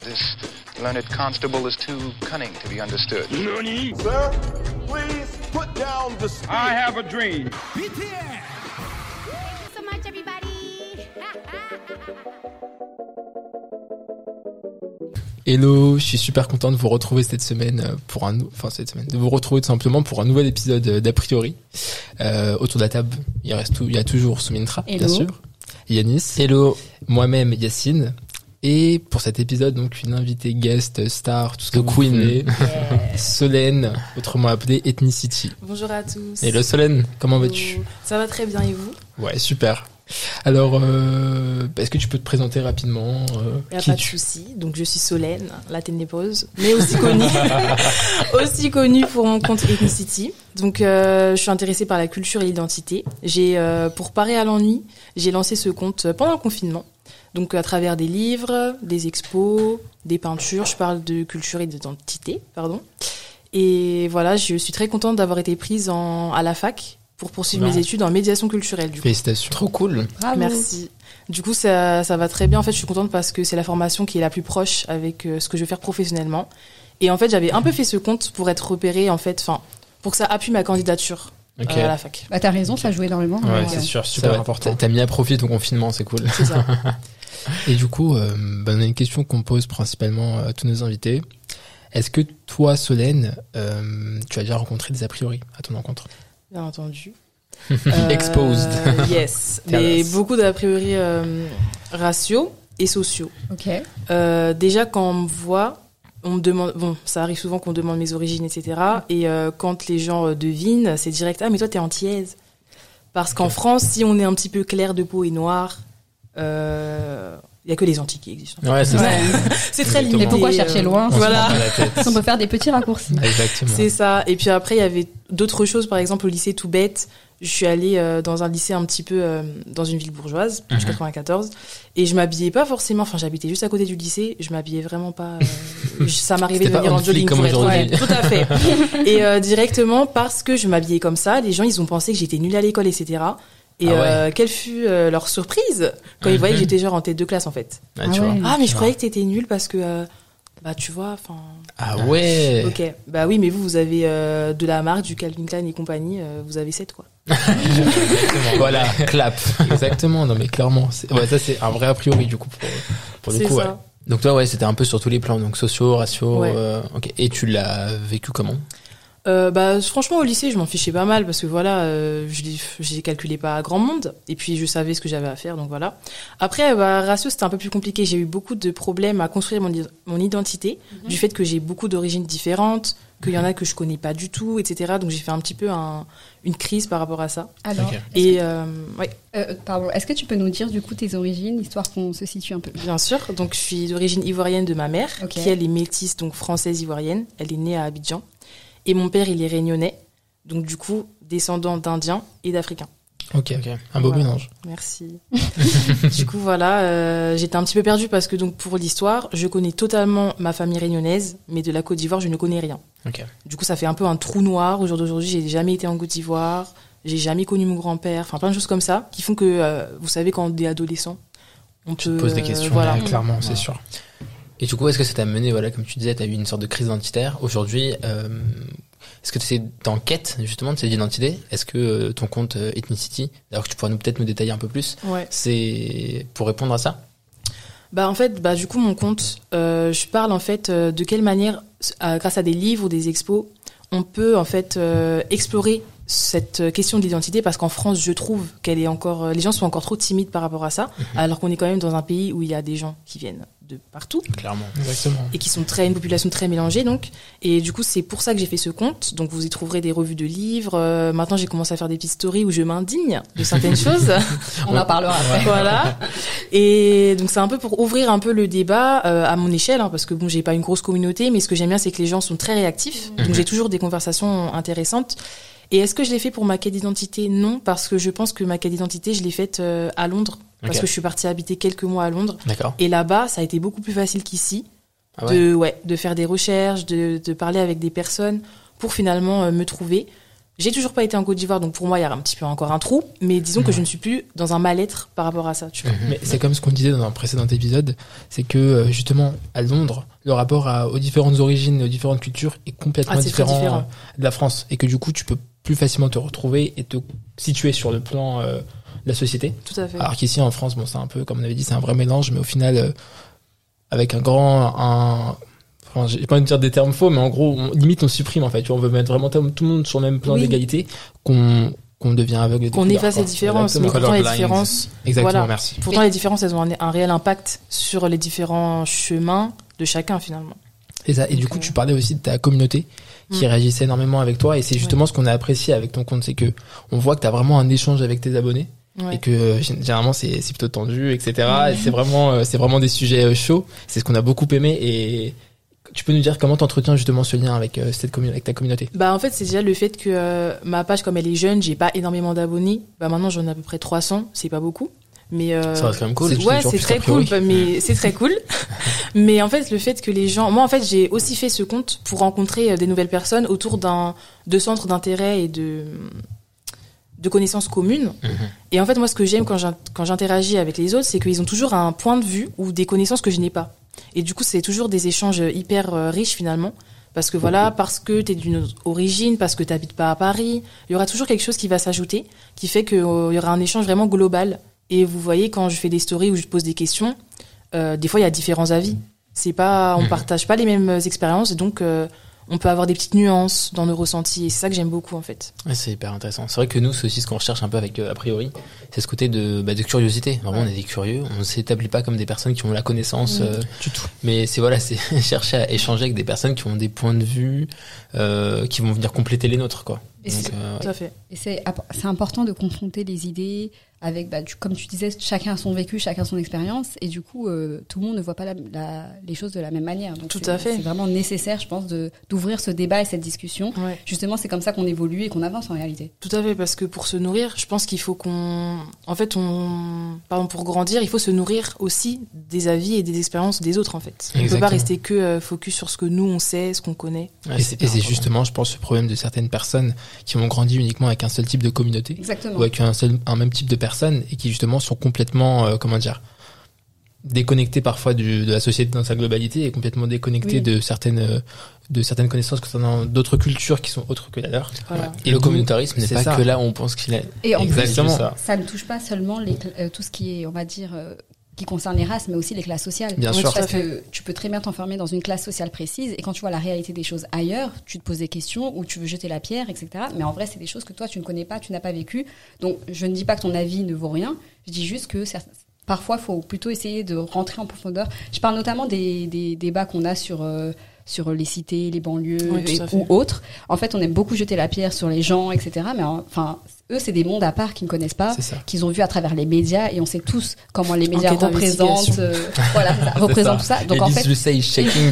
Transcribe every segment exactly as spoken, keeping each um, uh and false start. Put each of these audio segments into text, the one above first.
This learned constable is too cunning to be understood. Nani? Sir, please put down the spear. I have a dream. B T S! Thank you so much, everybody! Hello, je suis super content de vous retrouver cette semaine pour un, enfin cette semaine, de vous retrouver tout simplement pour un nouvel épisode d'A priori. Euh, autour de la table, il reste tout, il y a toujours Soumintra, bien sûr, Yanis, hello, moi-même Yacine, et pour cet épisode donc une invitée guest star, tout ce que vous voulez, yeah. Solène, autrement appelée Ethnicity. Bonjour à tous. Hello Solène, comment vas-tu? Ça va très bien et vous? Ouais, super. Alors, euh, est-ce que tu peux te présenter rapidement euh, Il n'y a pas de souci. Donc, je suis Solène, la ténébreuse, mais aussi connue, aussi connue pour mon compte Ethnicity. Donc, euh, je suis intéressée par la culture et l'identité. J'ai, euh, pour parer à l'ennui, j'ai lancé ce compte pendant le confinement. Donc, à travers des livres, des expos, des peintures, je parle de culture et d'identité, pardon. Et voilà, je suis très contente d'avoir été prise en, à la fac pour poursuivre non. mes études en médiation culturelle. Du coup. Félicitations. Trop cool. Bravo. Merci. Du coup, ça, ça va très bien. En fait, je suis contente parce que c'est la formation qui est la plus proche avec euh, ce que je vais faire professionnellement. Et en fait, j'avais un peu fait ce compte pour être repérée, en fait, enfin, pour que ça appuie ma candidature okay. euh, à la fac. Bah, t'as raison, okay. ça joue énormément. Ouais, ouais. c'est sûr, super important. T'as mis à profit ton confinement, c'est cool. C'est ça. Et du coup, euh, bah, on a une question qu'on pose principalement à tous nos invités. Est-ce que toi, Solène, euh, tu as déjà rencontré des a priori à ton encontre? Bien entendu. euh, Exposed. Yes. Mais beaucoup d'a priori euh, raciaux et sociaux. Ok. Euh, déjà, quand on me voit, on me demande. Bon, ça arrive souvent qu'on me demande mes origines, et cetera. Et euh, quand les gens euh, devinent, c'est direct. Ah, mais toi, t'es antillaise. Parce okay. qu'en France, si on est un petit peu clair de peau et noir, euh, il y a que les Antilles qui existent. Ouais, c'est ça. C'est très limité. Mais pourquoi chercher loin? On Voilà. On peut faire des petits raccourcis. Exactement. C'est ça. Et puis après, il y avait d'autres choses. Par exemple, au lycée tout bête, je suis allée euh, dans un lycée un petit peu euh, dans une ville bourgeoise, mm-hmm. quatre-vingt-quatorze, et je m'habillais pas forcément. Enfin, j'habitais juste à côté du lycée. Je m'habillais vraiment pas. Euh, ça m'arrivait C'était de venir en jogging comme pour être aujourd'hui. Ouais, tout à fait. Et euh, directement parce que je m'habillais comme ça, les gens ils ont pensé que j'étais nulle à l'école, et cetera. Et ah ouais. euh, quelle fut euh, leur surprise quand mmh. ils voyaient que j'étais genre en tête de classe en fait. Ah, tu ah, vois. ah mais je croyais que t'étais nulle parce que euh, bah tu vois enfin. Ah ouais. Ok bah oui mais vous vous avez euh, de la marque du Calvin Klein et compagnie euh, vous avez sept quoi. Exactement. Voilà clap. Exactement non mais clairement c'est... ouais ça c'est un vrai a priori du coup pour pour le c'est coup ça. Ouais. Donc toi ouais c'était un peu sur tous les plans donc sociaux raciaux ouais. euh, ok et tu l'as vécu comment? Euh, bah franchement au lycée je m'en fichais pas mal parce que voilà euh, je j'ai calculé pas à grand monde et puis je savais ce que j'avais à faire donc voilà. Après bah ratio c'était un peu plus compliqué, j'ai eu beaucoup de problèmes à construire mon mon identité mm-hmm. du fait que j'ai beaucoup d'origines différentes, qu'il y en a que je connais pas du tout, et cetera. Donc j'ai fait un petit peu un, une crise par rapport à ça. Alors okay. et que... euh, ouais. Euh, pardon, est-ce que tu peux nous dire du coup tes origines, histoire qu'on se situe un peu? Bien sûr, donc je suis d'origine ivoirienne de ma mère, okay. qui elle est métisse donc française ivoirienne, elle est née à Abidjan. Et mon père, il est réunionnais, donc du coup, descendant d'Indiens et d'Africains. Ok, ok, un beau voilà. mélange. Merci. Du coup, voilà, euh, j'étais un petit peu perdue parce que donc pour l'histoire, je connais totalement ma famille réunionnaise, mais de la Côte d'Ivoire, je ne connais rien. Ok. Du coup, ça fait un peu un trou noir. Au jour d'aujourd'hui, j'ai jamais été en Côte d'Ivoire, j'ai jamais connu mon grand-père, enfin plein de choses comme ça, qui font que, euh, vous savez, quand on est adolescent, on tu peut... te poses des questions, euh, voilà. Ouais, clairement, c'est sûr. Et du coup, est-ce que ça t'a mené, voilà, comme tu disais, t'as eu une sorte de crise identitaire. Aujourd'hui, euh, est-ce que tu es en quête, justement, de cette identité? Est-ce que euh, ton compte euh, Ethnicity, d'ailleurs que tu pourrais nous, peut-être nous détailler un peu plus, ouais. c'est pour répondre à ça? Bah, en fait, bah, du coup, mon compte, euh, je parle, en fait, euh, de quelle manière, euh, grâce à des livres ou des expos, on peut, en fait, euh, explorer cette question de l'identité parce qu'en France, je trouve qu'elle est encore, les gens sont encore trop timides par rapport à ça, mmh. alors qu'on est quand même dans un pays où il y a des gens qui viennent de partout. Clairement, exactement. Et qui sont très, une population très mélangée, donc. Et du coup, c'est pour ça que j'ai fait ce compte. Donc, vous y trouverez des revues de livres. Euh, maintenant, j'ai commencé à faire des petites stories où je m'indigne de certaines choses. On en parlera après. Voilà. Et donc, c'est un peu pour ouvrir un peu le débat, euh, à mon échelle, hein, parce que bon, j'ai pas une grosse communauté, mais ce que j'aime bien, c'est que les gens sont très réactifs. Mmh. Donc, j'ai toujours des conversations intéressantes. Et est-ce que je l'ai fait pour ma quête d'identité? Non, parce que je pense que ma quête d'identité, je l'ai faite euh, à Londres. Parce okay. que je suis partie habiter quelques mois à Londres. D'accord. Et là-bas, ça a été beaucoup plus facile qu'ici. Ah ouais. De, ouais, de faire des recherches, de, de parler avec des personnes pour finalement euh, me trouver. J'ai toujours pas été en Côte d'Ivoire, donc pour moi, il y a un petit peu encore un trou. Mais disons que je ne suis plus dans un mal-être par rapport à ça, tu vois. Mais c'est comme ce qu'on disait dans un précédent épisode, c'est que euh, justement à Londres, le rapport à, aux différentes origines, aux différentes cultures est complètement Ah, c'est très différent, différent. euh, de la France, et que du coup tu peux plus facilement te retrouver et te situer sur le plan euh, de la société. Tout à fait. Alors qu'ici en France, bon, c'est un peu comme on avait dit, c'est un vrai mélange, mais au final, euh, avec un grand, un, enfin, j'ai pas envie de dire des termes faux, mais en gros, on, limite on supprime en fait. Tu vois, on veut mettre vraiment tout le monde sur le même plan Oui. d'égalité, qu'on qu'on devient aveugle. de Qu'on couleur, efface quoi. les différences, mais Exactement. pourtant les Colorblind. différences, Exactement, voilà. merci. pourtant les différences, elles ont un, un réel impact sur les différents chemins de chacun finalement. C'est ça. Et du coup, tu parlais aussi de ta communauté qui Mm. réagissait énormément avec toi. Et c'est justement ce qu'on a apprécié avec ton compte, c'est que on voit que tu as vraiment un échange avec tes abonnés Ouais. et que euh, gé- généralement c'est c'est plutôt tendu, et cetera. Et c'est vraiment euh, c'est vraiment des sujets euh, chauds. C'est ce qu'on a beaucoup aimé. Et tu peux nous dire comment t'entretiens justement ce lien avec euh, cette commu- avec ta communauté? Bah en fait c'est déjà le fait que euh, ma page comme elle est jeune, j'ai pas énormément d'abonnés. Bah maintenant j'en ai à peu près trois cents, c'est pas beaucoup. Mais euh, Ça reste quand même cool. C'est ouais, toujours c'est plus très a priori. cool, mais c'est très cool. Mais en fait, le fait que les gens, moi en fait, j'ai aussi fait ce compte pour rencontrer euh, des nouvelles personnes autour d'un de centres d'intérêt et de de connaissances communes. Mhm. Et en fait, moi, ce que j'aime quand j'in- quand j'interagis avec les autres, c'est qu'ils ont toujours un point de vue ou des connaissances que je n'ai pas. Et du coup, c'est toujours des échanges hyper euh, riches finalement. Parce que voilà, parce que t'es d'une autre origine, parce que t'habites pas à Paris, il y aura toujours quelque chose qui va s'ajouter, qui fait qu'il y aura un échange vraiment global. Et vous voyez, quand je fais des stories où je pose des questions, euh, des fois il y a différents avis. C'est pas, on Mhm. partage pas les mêmes expériences, et donc euh, on peut avoir des petites nuances dans nos ressentis. Et c'est ça que j'aime beaucoup en fait. Ouais, c'est hyper intéressant. C'est vrai que nous, c'est aussi ce qu'on recherche un peu avec euh, a priori, c'est ce côté de, bah, de curiosité. Vraiment, on est des curieux. On s'établit pas comme des personnes qui ont la connaissance Mhm. euh, du tout. Mais c'est voilà, c'est chercher à échanger avec des personnes qui ont des points de vue, euh, qui vont venir compléter les nôtres, quoi. Et Donc, c'est- euh, Tout à fait. Et c'est app- c'est important de confronter les idées avec, bah, du- comme tu disais, chacun a son vécu, chacun son expérience, et du coup, euh, tout le monde ne voit pas la, la- les choses de la même manière. Donc Tout c'est- à fait. C'est vraiment nécessaire, je pense, de d'ouvrir ce débat et cette discussion. Ouais. Justement, c'est comme ça qu'on évolue et qu'on avance en réalité. Tout à fait, parce que pour se nourrir, je pense qu'il faut qu'on, en fait, on, pardon, pour grandir, il faut se nourrir aussi des avis et des expériences des autres, en fait. On peut Exactement. pas rester que euh, focus sur ce que nous on sait, ce qu'on connaît. ouais, Et c'est hyper et c'est important. justement, je pense, le problème de certaines personnes qui ont grandi uniquement avec un seul type de communauté Exactement. ou avec un seul, un même type de personnes et qui justement sont complètement, euh, comment dire, déconnectés parfois du, de la société dans sa globalité et complètement déconnectés Oui. de certaines, euh, de certaines connaissances concernant d'autres cultures qui sont autres que la leur. Voilà. Et le communautarisme n'est C'est pas ça. que là où on pense qu'il est. Et en plus, Exactement. ça. ça ne touche pas seulement les, cl- euh, tout ce qui est, on va dire, euh, qui concerne les races, mais aussi les classes sociales. Bien Oui, sûr. tout à Parce fait. que tu peux très bien t'enfermer dans une classe sociale précise, et quand tu vois la réalité des choses ailleurs, tu te poses des questions ou tu veux jeter la pierre, et cetera. Mais en vrai, c'est des choses que toi, tu ne connais pas, tu n'as pas vécu. Donc, je ne dis pas que ton avis ne vaut rien. Je dis juste que certes- parfois, il faut plutôt essayer de rentrer en profondeur. Je parle notamment des, des débats qu'on a sur... euh, sur les cités, les banlieues Oui, tout et- à fait. ou autres. En fait, on aime beaucoup jeter la pierre sur les gens, et cetera. Mais enfin, eux, c'est des mondes à part qu'ils ne connaissent pas, C'est ça. qu'ils ont vu à travers les médias, et on sait tous comment les médias Enquête représentent, d'investigation. euh, voilà, c'est ça, représentent tout ça. Donc en fait, le say shaking.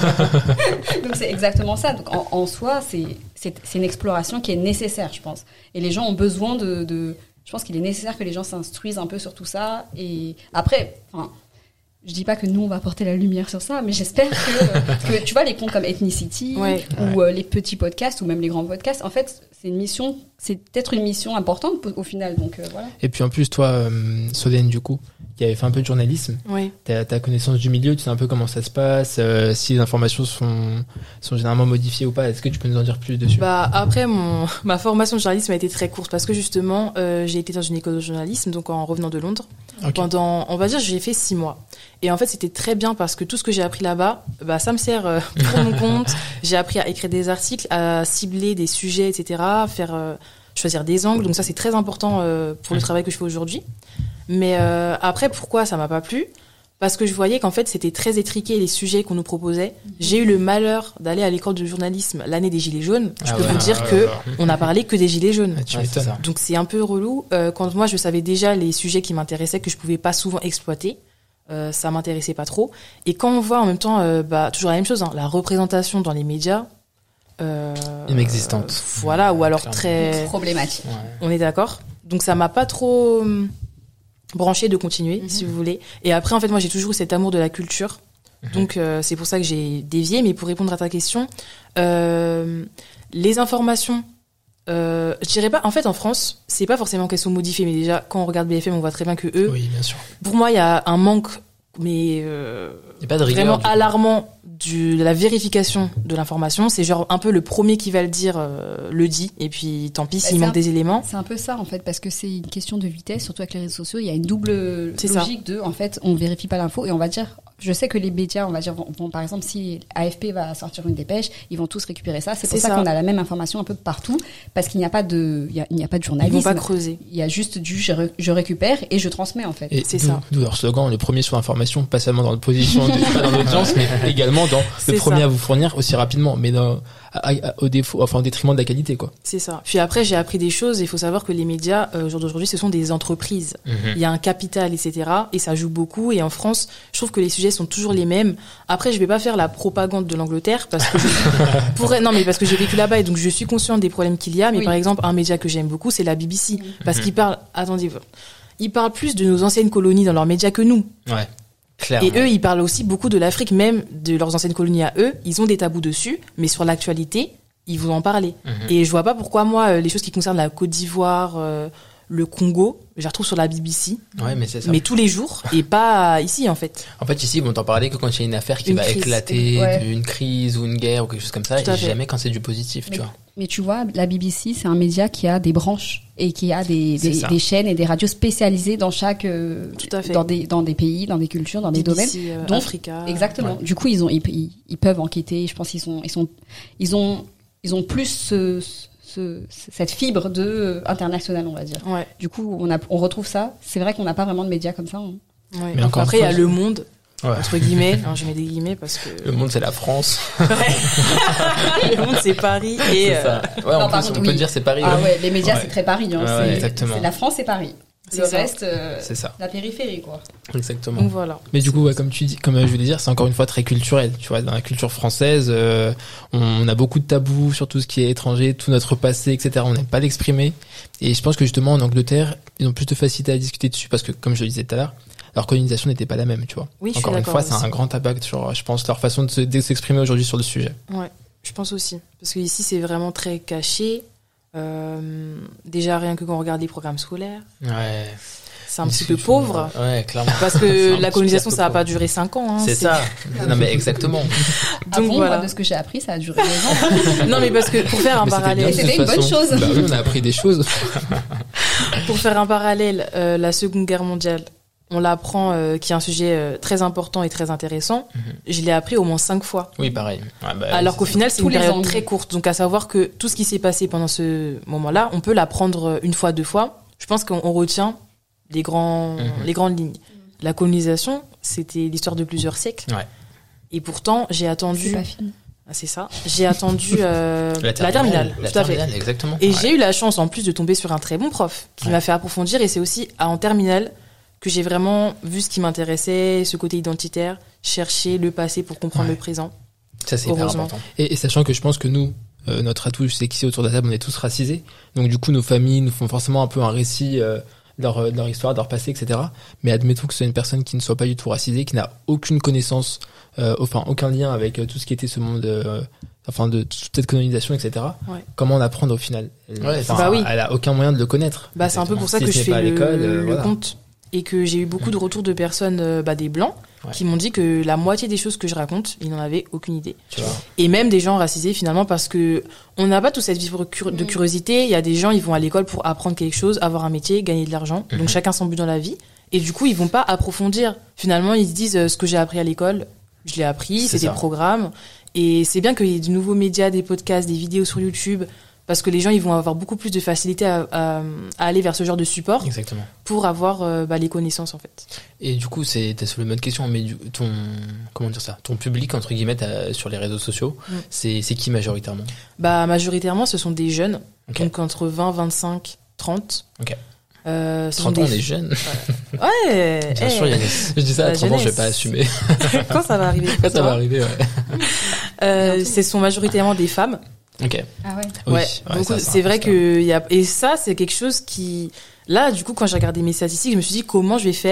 donc c'est exactement ça. Donc en, en soi, c'est c'est c'est une exploration qui est nécessaire, je pense. Et les gens ont besoin de, de je pense qu'il est nécessaire que les gens s'instruisent un peu sur tout ça. Et après, enfin, je dis pas que nous on va apporter la lumière sur ça, mais j'espère que, que tu vois les comptes comme Ethnicity Ouais. ou euh, les petits podcasts ou même les grands podcasts, en fait, c'est une mission, c'est peut-être une mission importante au final. Donc euh, voilà. Et puis en plus, toi, euh, Solène, du coup, qui avait fait un peu de journalisme, Oui. t'as ta connaissance du milieu, tu sais un peu comment ça se passe, euh, si les informations sont, sont généralement modifiées ou pas. Est-ce que tu peux nous en dire plus dessus? Bah après mon ma formation de journalisme a été très courte parce que justement euh, j'ai été dans une école de journalisme donc en revenant de Londres Ok. pendant on va dire j'ai fait six mois et en fait c'était très bien parce que tout ce que j'ai appris là-bas bah ça me sert euh, pour mon compte. J'ai appris à écrire des articles, à cibler des sujets, et cetera, faire euh, choisir des angles, donc ça c'est très important euh, pour le travail que je fais aujourd'hui. Mais euh, après pourquoi ça m'a pas plu? Parce que je voyais qu'en fait, c'était très étriqué les sujets qu'on nous proposait. J'ai eu le malheur d'aller à l'école de journalisme l'année des Gilets jaunes. Je Ah peux ouais. vous dire Ah que ouais, ouais. on a parlé que des Gilets jaunes. Ah, tu Ouais, c'est m'étonnes. ça. Donc c'est un peu relou. Euh, quand moi, je savais déjà les sujets qui m'intéressaient, que je pouvais pas souvent exploiter, euh, ça m'intéressait pas trop. Et quand on voit en même temps, euh, bah, toujours la même chose, hein, la représentation dans les médias... Euh, Inexistante. euh, voilà, ou alors Clairement. très... Problématique. Ouais. On est d'accord. Donc ça m'a pas trop hum, branché de continuer, Mhm. si vous voulez. Et après, en fait, moi, j'ai toujours eu cet amour de la culture. Donc euh, c'est pour ça que j'ai dévié. Mais pour répondre à ta question, euh, les informations euh, je dirais pas. En fait, en France, c'est pas forcément qu'elles sont modifiées, mais déjà, quand on regarde B F M, on voit très bien que eux. Oui, bien sûr. Pour moi, il y a un manque, mais euh, Il y a pas de rigueur. vraiment du coup. alarmant du, de la vérification de l'information. C'est genre un peu le premier qui va le dire euh, le dit, et puis tant pis Bah, s'il c'est manque un- des éléments. C'est un peu ça en fait, parce que c'est une question de vitesse, surtout avec les réseaux sociaux. Il y a une double C'est ça. logique de, en fait, on vérifie pas l'info et on va dire. Je sais que les médias, on va dire, vont, vont- par exemple, si A F P va sortir une dépêche, ils vont tous récupérer ça. C'est pour C'est ça, ça. qu'on a la même information un peu partout, parce qu'il n'y a pas de, il y a, il n'y a pas de Ils journalisme. vont pas creuser. Il y a juste du je, ré- je récupère et je transmets en fait. Et C'est d'où- ça. D'où leur slogan, le premier sur l'information, pas seulement dans la position, de, pas dans l'audience, mais également dans C'est le premier ça. à vous fournir aussi rapidement, mais dans, à- à- au défaut, enfin au détriment de la qualité, quoi. C'est ça. Puis après, j'ai appris des choses. Il faut savoir que les médias, euh, au jour d'aujourd'hui, ce sont des entreprises. Mhm. Il y a un capital, et cetera. Et ça joue beaucoup. Et en France, je trouve que les sujets sont toujours les mêmes. Après, je vais pas faire la propagande de l'Angleterre parce que je pourrais, non, mais parce que j'ai vécu là-bas et donc je suis consciente des problèmes qu'il y a. Mais Oui. par exemple, un média que j'aime beaucoup, c'est la B B C. Parce Mhm. qu'il parle, attendez, ils parlent plus de nos anciennes colonies dans leurs médias que nous. Ouais. Clairement. Et eux, ils parlent aussi beaucoup de l'Afrique, même de leurs anciennes colonies à eux. Ils ont des tabous dessus, mais sur l'actualité, ils vont en parler. Mhm. Et je vois pas pourquoi, moi, euh, les choses qui concernent la Côte d'Ivoire, euh, le Congo, je les retrouve sur la B B C, Ouais, mais c'est ça. mais tous les jours, et pas ici, en fait. En fait, ici, ils vont t'en parler que quand il y a une affaire qui Une va crise. éclater, Ouais. une crise ou une guerre ou quelque chose comme ça, Tout à et fait. jamais quand c'est du positif, Mais, tu vois. mais tu vois, la B B C, c'est un média qui a des branches et qui a des, C'est des, ça. des chaînes et des radios spécialisées dans chaque, euh, Tout à fait. dans des, dans des pays, dans des cultures, dans des B B C, domaines. euh, Donc, Africa. Exactement. Du coup, ils ont, ils, ils, ils peuvent enquêter. Je pense qu'ils sont, ils sont, ils ont, ils ont plus ce, ce, cette fibre de euh, international, on va dire. Ouais, Du coup, on a, on retrouve ça. C'est vrai qu'on n'a pas vraiment de médias comme ça. hein. ouais. Mais Donc encore après, il une y a fois, Le Monde, Ouais. entre guillemets. Hein, je mets des guillemets parce que Le monde, c'est la France. Le Monde, c'est Paris. Et, C'est euh, ça. Ouais, non, on, par peut, contre, on peut oui. dire c'est Paris. Ah ouais. ouais, les médias, Ouais. c'est très Paris. Hein. Ouais, c'est, exactement. c'est la France et Paris. C'est Le ça. reste, euh, C'est ça. la périphérie, quoi. Exactement. donc voilà. Mais du coup, ouais, comme tu dis, comme euh, je voulais dire, c'est encore une fois très culturel. Tu vois, dans la culture française, euh, on, on a beaucoup de tabous sur tout ce qui est étranger, tout notre passé, et cetera. On n'aime pas l'exprimer. Et je pense que justement, en Angleterre, ils ont plus de facilité à discuter dessus parce que, comme je le disais tout à l'heure, leur colonisation n'était pas la même, tu vois. Oui, je suis encore une d'accord fois, c'est aussi. un grand impact sur, je pense, leur façon de, se, de s'exprimer aujourd'hui sur le sujet. Ouais, je pense aussi. Parce que ici, c'est vraiment très caché. Euh, déjà, rien que quand on regarde les programmes scolaires, Ouais. c'est un petit peu pauvre. Ouais, clairement. Parce C'est un que petit la colonisation, peu ça va pauvre. pas durer cinq ans. Hein, C'est ça. Non, mais exactement. Ah Donc bon, voilà. moi, de ce que j'ai appris, ça a duré deux ans. Non, mais parce que pour faire un Mais c'était parallèle, bien de C'était toute une bonne façon. chose. Bah oui, on a appris des choses. pour faire un parallèle, euh, la Seconde Guerre mondiale, on l'apprend, euh, qui est un sujet euh, très important et très intéressant. Mhm. Je l'ai appris au moins cinq fois. Oui, pareil. Ouais, bah, Alors c'est qu'au ça. final, c'est Tous une les période angles. très courte. Donc à savoir que tout ce qui s'est passé pendant ce moment-là, on peut l'apprendre une fois, deux fois. Je pense qu'on on retient les grands, Mhm. les grandes lignes. La colonisation, c'était l'histoire de plusieurs siècles. Ouais. Et pourtant, j'ai C'est attendu. pas fini. Ah, c'est ça. J'ai attendu euh, La la terminale. terminale. La tout à fait. terminale, exactement. Et Ouais. j'ai eu la chance en plus de tomber sur un très bon prof qui Ouais. m'a fait approfondir. Et c'est aussi en terminale que j'ai vraiment vu ce qui m'intéressait, ce côté identitaire, chercher le passé pour comprendre Ouais. le présent. Ça, c'est hyper Heureusement. important. Et, et sachant que je pense que nous, euh, notre atout, je sais qu'ici autour de la table, on est tous racisés. Donc du coup, nos familles nous font forcément un peu un récit euh, de leur, de leur histoire, de leur passé, et cetera. Mais admettons que c'est une personne qui ne soit pas du tout racisée, qui n'a aucune connaissance, euh, enfin aucun lien avec euh, tout ce qui était ce monde, euh, enfin de toute cette colonisation, et cetera. Ouais. Comment en apprendre au final Ouais, Enfin, bah oui. Elle a aucun moyen de le connaître. Bah, c'est un peu pour ça Si que ce je n'est fais pas à le, l'école, euh, le voilà. compte. Et que j'ai eu beaucoup de retours de personnes, euh, bah, des blancs, Ouais. qui m'ont dit que la moitié des choses que je raconte, ils n'en avaient aucune idée. Tu vois. Et même des gens racisés finalement, parce que on n'a pas tous cette fibre cur- de Mm. curiosité. Il y a des gens, ils vont à l'école pour apprendre quelque chose, avoir un métier, gagner de l'argent. Mhm. Donc chacun son but dans la vie. Et du coup, ils vont pas approfondir. Finalement, ils se disent euh, ce que j'ai appris à l'école, je l'ai appris, C'est c'est des ça. programmes. Et c'est bien qu'il y ait de nouveaux médias, des podcasts, des vidéos sur YouTube, parce que les gens, ils vont avoir beaucoup plus de facilité à, à, à aller vers ce genre de support Exactement. pour avoir euh, bah, les connaissances en fait. Et du coup, c'est, t'as soulevé une bonne question, mais du, ton, comment dire ça, ton public, entre guillemets, t'as- sur les réseaux sociaux, Mm. c'est, c'est qui majoritairement? Bah, majoritairement, ce sont des jeunes, Ok. donc entre vingt, vingt-cinq, trente. Ok. Euh, ce sont trente ans, des... on est jeune. Ouais, Bien eh, sûr, Yannis. Je dis ça à La trente ans, je vais jeunesse. pas assumer. quand ça va arriver pour Ça toi va arriver, ouais. Euh, ce sont majoritairement des femmes. Ok. Ah ouais. Oui, ouais. ouais, Donc ça, c'est vrai un que il y a et ça c'est quelque chose qui là du coup quand j'ai regardé mes statistiques, je me suis dit comment je vais faire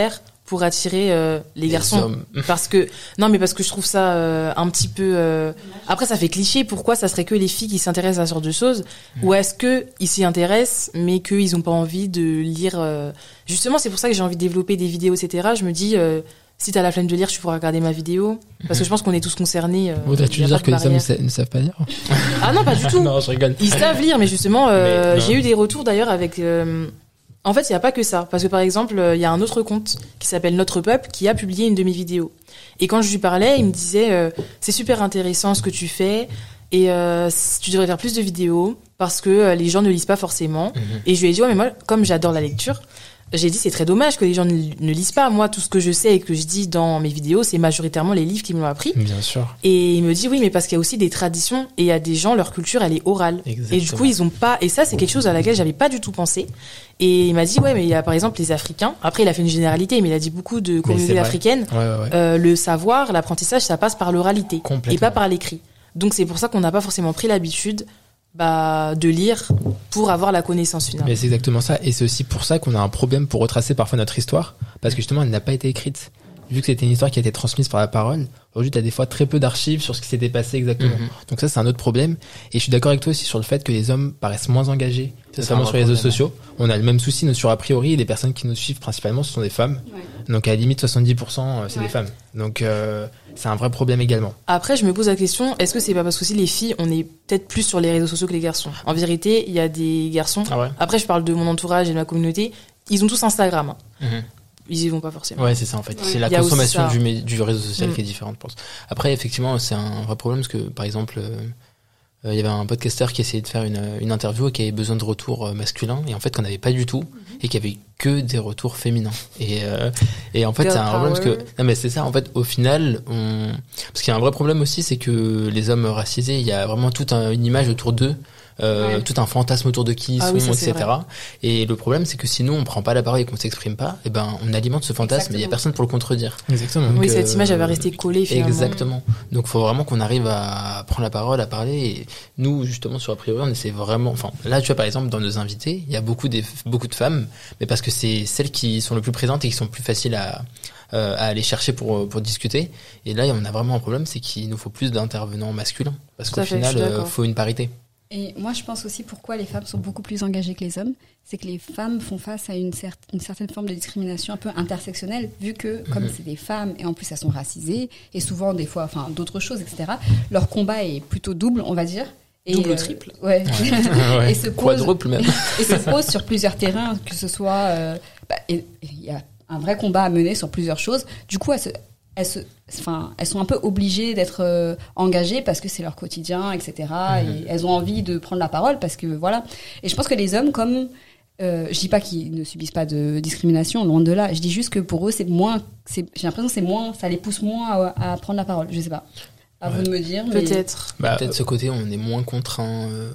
pour attirer euh, les, Les garçons. hommes. Parce que non, mais parce que je trouve ça euh, un petit peu. Euh... Après, ça fait cliché. Pourquoi ça serait que les filles qui s'intéressent à ce genre de choses, mmh. ou est-ce que ils s'y intéressent, mais qu'ils ont pas envie de lire. Euh... Justement, c'est pour ça que j'ai envie de développer des vidéos, et cetera. Je me dis. Euh, Si t'as la flemme de lire, tu pourras regarder ma vidéo. Parce que je pense qu'on est tous concernés. Euh, Voudrais-tu dire que les hommes ne, ne savent pas lire? Ah non, pas du tout. Non, je rigole. Ils savent lire, mais justement, euh, Mais j'ai eu des retours d'ailleurs avec... Euh, en fait, il n'y a pas que ça. Parce que par exemple, il y a un autre compte qui s'appelle Notre Peuple qui a publié une de mes vidéos. Et quand je lui parlais, il me disait euh, c'est super intéressant ce que tu fais et euh, tu devrais faire plus de vidéos parce que euh, les gens ne lisent pas forcément. Mm-hmm. Et je lui ai dit, ouais, mais moi, comme j'adore la lecture... J'ai dit c'est très dommage que les gens ne, ne lisent pas. Moi, tout ce que je sais et que je dis dans mes vidéos, c'est majoritairement les livres qui me l'ont appris. Bien sûr. Et il me dit oui, mais parce qu'il y a aussi des traditions et il y a des gens, leur culture, elle est orale. Exactement. Et du coup, ils ont pas. Et ça, c'est quelque chose à laquelle j'avais pas du tout pensé. Et il m'a dit ouais, mais il y a par exemple les Africains. Après, il a fait une généralité, mais il a dit beaucoup de communautés africaines. Ouais, ouais, ouais. Euh, le savoir, l'apprentissage, ça passe par l'oralité et pas par l'écrit. Donc c'est pour ça qu'on n'a pas forcément pris l'habitude. Bah, de lire pour avoir la connaissance finale. Mais c'est exactement ça. Et c'est aussi pour ça qu'on a un problème pour retracer parfois notre histoire. Parce que justement, elle n'a pas été écrite. Vu que c'était une histoire qui a été transmise par la parole, aujourd'hui, t'as des fois très peu d'archives sur ce qui s'était passé exactement. Mm-hmm. Donc ça, c'est un autre problème. Et je suis d'accord avec toi aussi sur le fait que les hommes paraissent moins engagés, notamment sur les réseaux sociaux. On a le même souci, nous, sur a priori, les personnes qui nous suivent principalement, ce sont des femmes. Ouais. Donc à la limite, soixante-dix pour cent, c'est ouais. des femmes. Donc euh, c'est un vrai problème également. Après, je me pose la question, est-ce que c'est pas parce que aussi les filles, on est peut-être plus sur les réseaux sociaux que les garçons? En vérité, il y a des garçons. Ah ouais. Après, je parle de mon entourage et de ma communauté. Ils ont tous Instagram. Mm-hmm. Ils y vont pas forcément. Ouais, c'est ça en fait. Ouais. C'est la consommation du, mé- du réseau social mmh. qui est différente, je pense. Après, effectivement, c'est un vrai problème parce que, par exemple, il euh, euh, y avait un podcasteur qui essayait de faire une, une interview et qui avait besoin de retours euh, masculins et en fait qu'on n'avait pas du tout mmh. et qu'il y avait que des retours féminins. Et euh, et en fait, Girl c'est un problème parce que non mais c'est ça. En fait, au final, on parce qu'il y a un vrai problème aussi, c'est que les hommes racisés, il y a vraiment toute un, une image autour d'eux. Euh, ouais. Tout un fantasme autour de qui ils ah sont, oui, ça, et cetera. Et le problème, c'est que si nous, on prend pas la parole et qu'on s'exprime pas, et ben, on alimente ce fantasme Exactement. Et il y a personne pour le contredire. Exactement. Donc, oui, euh, cette image, elle va rester collée, finalement. Exactement. Donc, faut vraiment qu'on arrive à prendre la parole, à parler. Et nous, justement, sur A Priori, on essaie vraiment, enfin, là, tu vois, par exemple, dans nos invités, il y a beaucoup des, beaucoup de femmes, mais parce que c'est celles qui sont le plus présentes et qui sont plus faciles à, euh, à aller chercher pour, pour discuter. Et là, on a vraiment un problème, c'est qu'il nous faut plus d'intervenants masculins. Parce qu'au final, il faut une parité. Et moi, je pense aussi pourquoi les femmes sont beaucoup plus engagées que les hommes, c'est que les femmes font face à une, cer- une certaine forme de discrimination un peu intersectionnelle, vu que, comme mmh. c'est des femmes, et en plus elles sont racisées, et souvent des fois, enfin, d'autres choses, et cetera, leur combat est plutôt double, on va dire. Et double ou euh, triple. Ouais. ouais. et se pose, Quadruple même. et se pose sur plusieurs terrains, que ce soit... Euh, bah, il y a un vrai combat à mener sur plusieurs choses. Du coup, elles se... Elles, se, enfin, elles sont un peu obligées d'être euh, engagées parce que c'est leur quotidien, et cetera. Mmh. Et elles ont envie de prendre la parole parce que voilà. Et je pense que les hommes, comme euh, je dis pas qu'ils ne subissent pas de discrimination, loin de là. Je dis juste que pour eux, c'est moins. C'est, j'ai l'impression que c'est moins, ça les pousse moins à, à prendre la parole. Je sais pas. À ouais. vous de me dire. Mais... Peut-être. Bah, peut-être ce côté, on est moins contraint. Euh...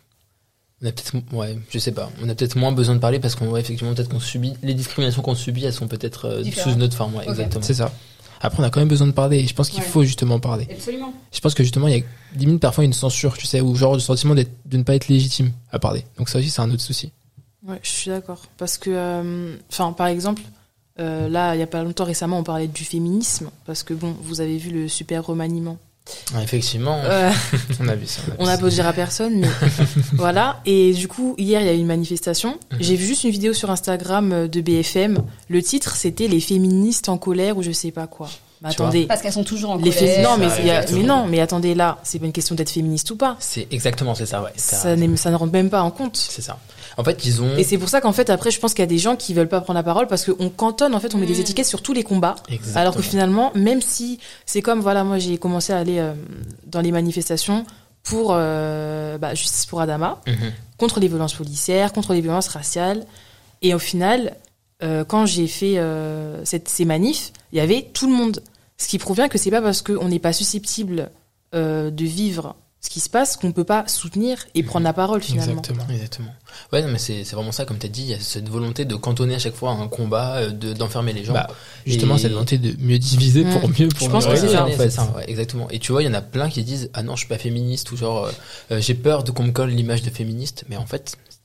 On a peut-être, ouais, je sais pas. On a peut-être moins besoin de parler parce qu'on, ouais, effectivement, peut-être qu'on subit les discriminations qu'on subit, elles sont peut-être euh, sous notre forme, ouais, okay. exactement. C'est ça. Après, on a quand même besoin de parler. Et je pense qu'il ouais. faut justement parler. Absolument. Je pense que justement, il y a limite parfois une censure, tu sais, ou genre le sentiment d'être, de ne pas être légitime à parler. Donc ça aussi, c'est un autre souci. Ouais, je suis d'accord. Parce que, enfin, euh, par exemple, euh, là, il y a pas longtemps, récemment, on parlait du féminisme. Parce que bon, vous avez vu le super remaniement. Ah, effectivement. Euh, on a vu ça. On n'a beau dire à personne, mais voilà. Et du coup, hier, il y a eu une manifestation. Mm-hmm. J'ai vu juste une vidéo sur Instagram de B F M. Le titre, c'était les féministes en colère ou je sais pas quoi. Bah, attendez. Parce qu'elles sont toujours en les colère. Fé... Non, mais, y a... mais non, mais attendez, là, c'est pas une question d'être féministe ou pas. C'est exactement, c'est ça, ouais. Ça, ça, ça ne rentre même pas en compte. C'est ça. En fait, ils ont. Et c'est pour ça qu'en fait, après, je pense qu'il y a des gens qui veulent pas prendre la parole parce qu'on cantonne, en fait, on met mmh. des étiquettes sur tous les combats. Exactement. Alors que finalement, même si c'est comme, voilà, moi, j'ai commencé à aller euh, dans les manifestations pour euh, bah, justice pour Adama, mmh. contre les violences policières, contre les violences raciales. Et au final, euh, quand j'ai fait euh, cette, ces manifs, il y avait tout le monde. Ce qui prouve bien que c'est pas parce qu'on n'est pas susceptible euh, de vivre ce qui se passe qu'on peut pas soutenir et prendre la parole finalement. Exactement, exactement. Ouais, non, mais c'est c'est vraiment ça, comme t'as dit, il y a cette volonté de cantonner à chaque fois un combat, de d'enfermer les gens. Bah, justement, et... cette volonté de mieux diviser mmh. pour mieux. Pour je pense que c'est ça, en fait. Ça, ouais, exactement. Et tu vois, il y en a plein qui disent ah non, je suis pas féministe ou genre euh, j'ai peur de qu'on me colle l'image de féministe, mais en fait.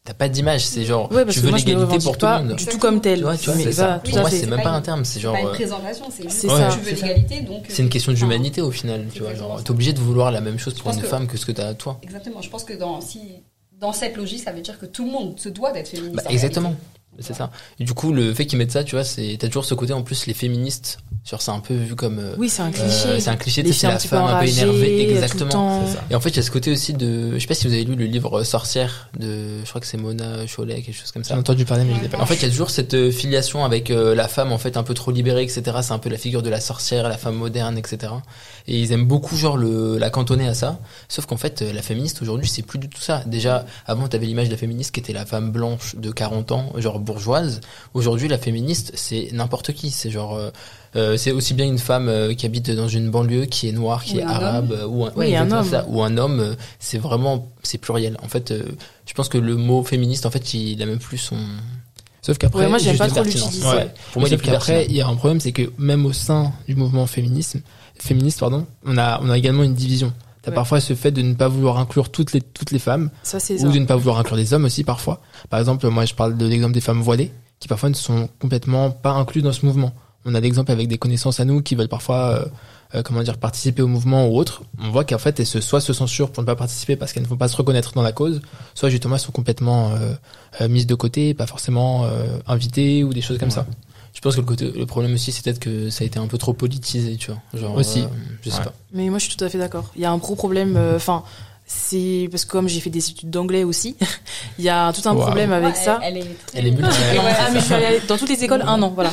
t'as pas d'image, c'est genre Ouais, parce tu que veux moi, je me l'égalité pour revendique tout pas le monde. du tout comme tel. Tu vois, tu vois, Mais c'est va, ça. tout Pour à moi, fait. c'est même pas pas une- un terme, c'est genre pas une euh, présentation, c'est juste C'est que ça. tu veux C'est ça. l'égalité, donc. c'est une question Enfin, d'humanité au final, tu vois, Exactement. genre t'es obligé de vouloir la même chose pour pense une que- femme que ce que t'as toi. Exactement. Je pense que dans si dans cette logique, ça veut dire que tout le monde se doit d'être féministe. Bah, en exactement. réalité. C'est ça. Et du coup, le fait qu'ils mettent ça, tu vois, c'est t'as toujours ce côté en plus les féministes, genre c'est un peu vu comme euh, Oui, c'est un euh, cliché. c'est un cliché, Les tu sais, c'est filles un la petit peu femme un peu enragées, énervée, tout le exactement. temps. C'est ça. Et en fait, il y a ce côté aussi de, je sais pas si vous avez lu le livre Sorcière de, je crois que c'est Mona Chollet, quelque chose comme ça. J'ai entendu parler, mais je l'ai pas. En fait, il y a toujours cette euh, filiation avec euh, la femme en fait un peu trop libérée, et cetera. C'est un peu la figure de la sorcière, la femme moderne, et cetera. Et ils aiment beaucoup genre le la cantonner à ça. Sauf qu'en fait, euh, la féministe aujourd'hui, c'est plus du tout ça. Déjà, avant, t'avais l'image de la féministe qui était la femme blanche de quarante ans, genre bourgeoise. Aujourd'hui, la féministe, c'est n'importe qui. C'est genre euh, euh, c'est aussi bien une femme euh, qui habite dans une banlieue, qui est noire, qui Ou est un arabe, euh, ou un, Oui, un exactement homme. ça. Ou un homme. euh, C'est vraiment, c'est pluriel. En fait, euh, je pense que le mot féministe, en fait, il a même plus son. Sauf qu'après, Ouais, moi, j'aime pas juste trop pertinence. l'utiliser. Ouais. Pour moi, il est Sauf plus qu'après, pertinent. il y a un problème, c'est que même au sein du mouvement féminisme, féministe, pardon, on a, on a également une division. T'as Ouais. parfois ce fait de ne pas vouloir inclure toutes les, toutes les femmes, Ça, c'est ça. ou de ne pas vouloir inclure les hommes aussi parfois. Par exemple, moi, je parle de l'exemple des femmes voilées, qui parfois ne sont complètement pas inclus dans ce mouvement. On a l'exemple avec des connaissances à nous qui veulent parfois, euh, euh, comment dire, participer au mouvement ou autre. On voit qu'en fait, elles se, soit se censurent pour ne pas participer parce qu'elles ne vont pas se reconnaître dans la cause, soit justement elles sont complètement euh, euh, mises de côté, pas forcément euh, invitées ou des choses comme Ouais. ça. Je pense que le côté, le problème aussi, c'est peut-être que ça a été un peu trop politisé, tu vois. Genre, Aussi. euh, je sais Ouais. pas. Mais moi, je suis tout à fait d'accord. Il y a un gros problème. Enfin, c'est parce que comme j'ai fait des études d'anglais aussi, il y a tout un Wow. problème avec Ouais, ça. Elle, elle est très... Elle est multiple. Ouais, ouais, Ah, mais je suis allée dans toutes les écoles un an, voilà.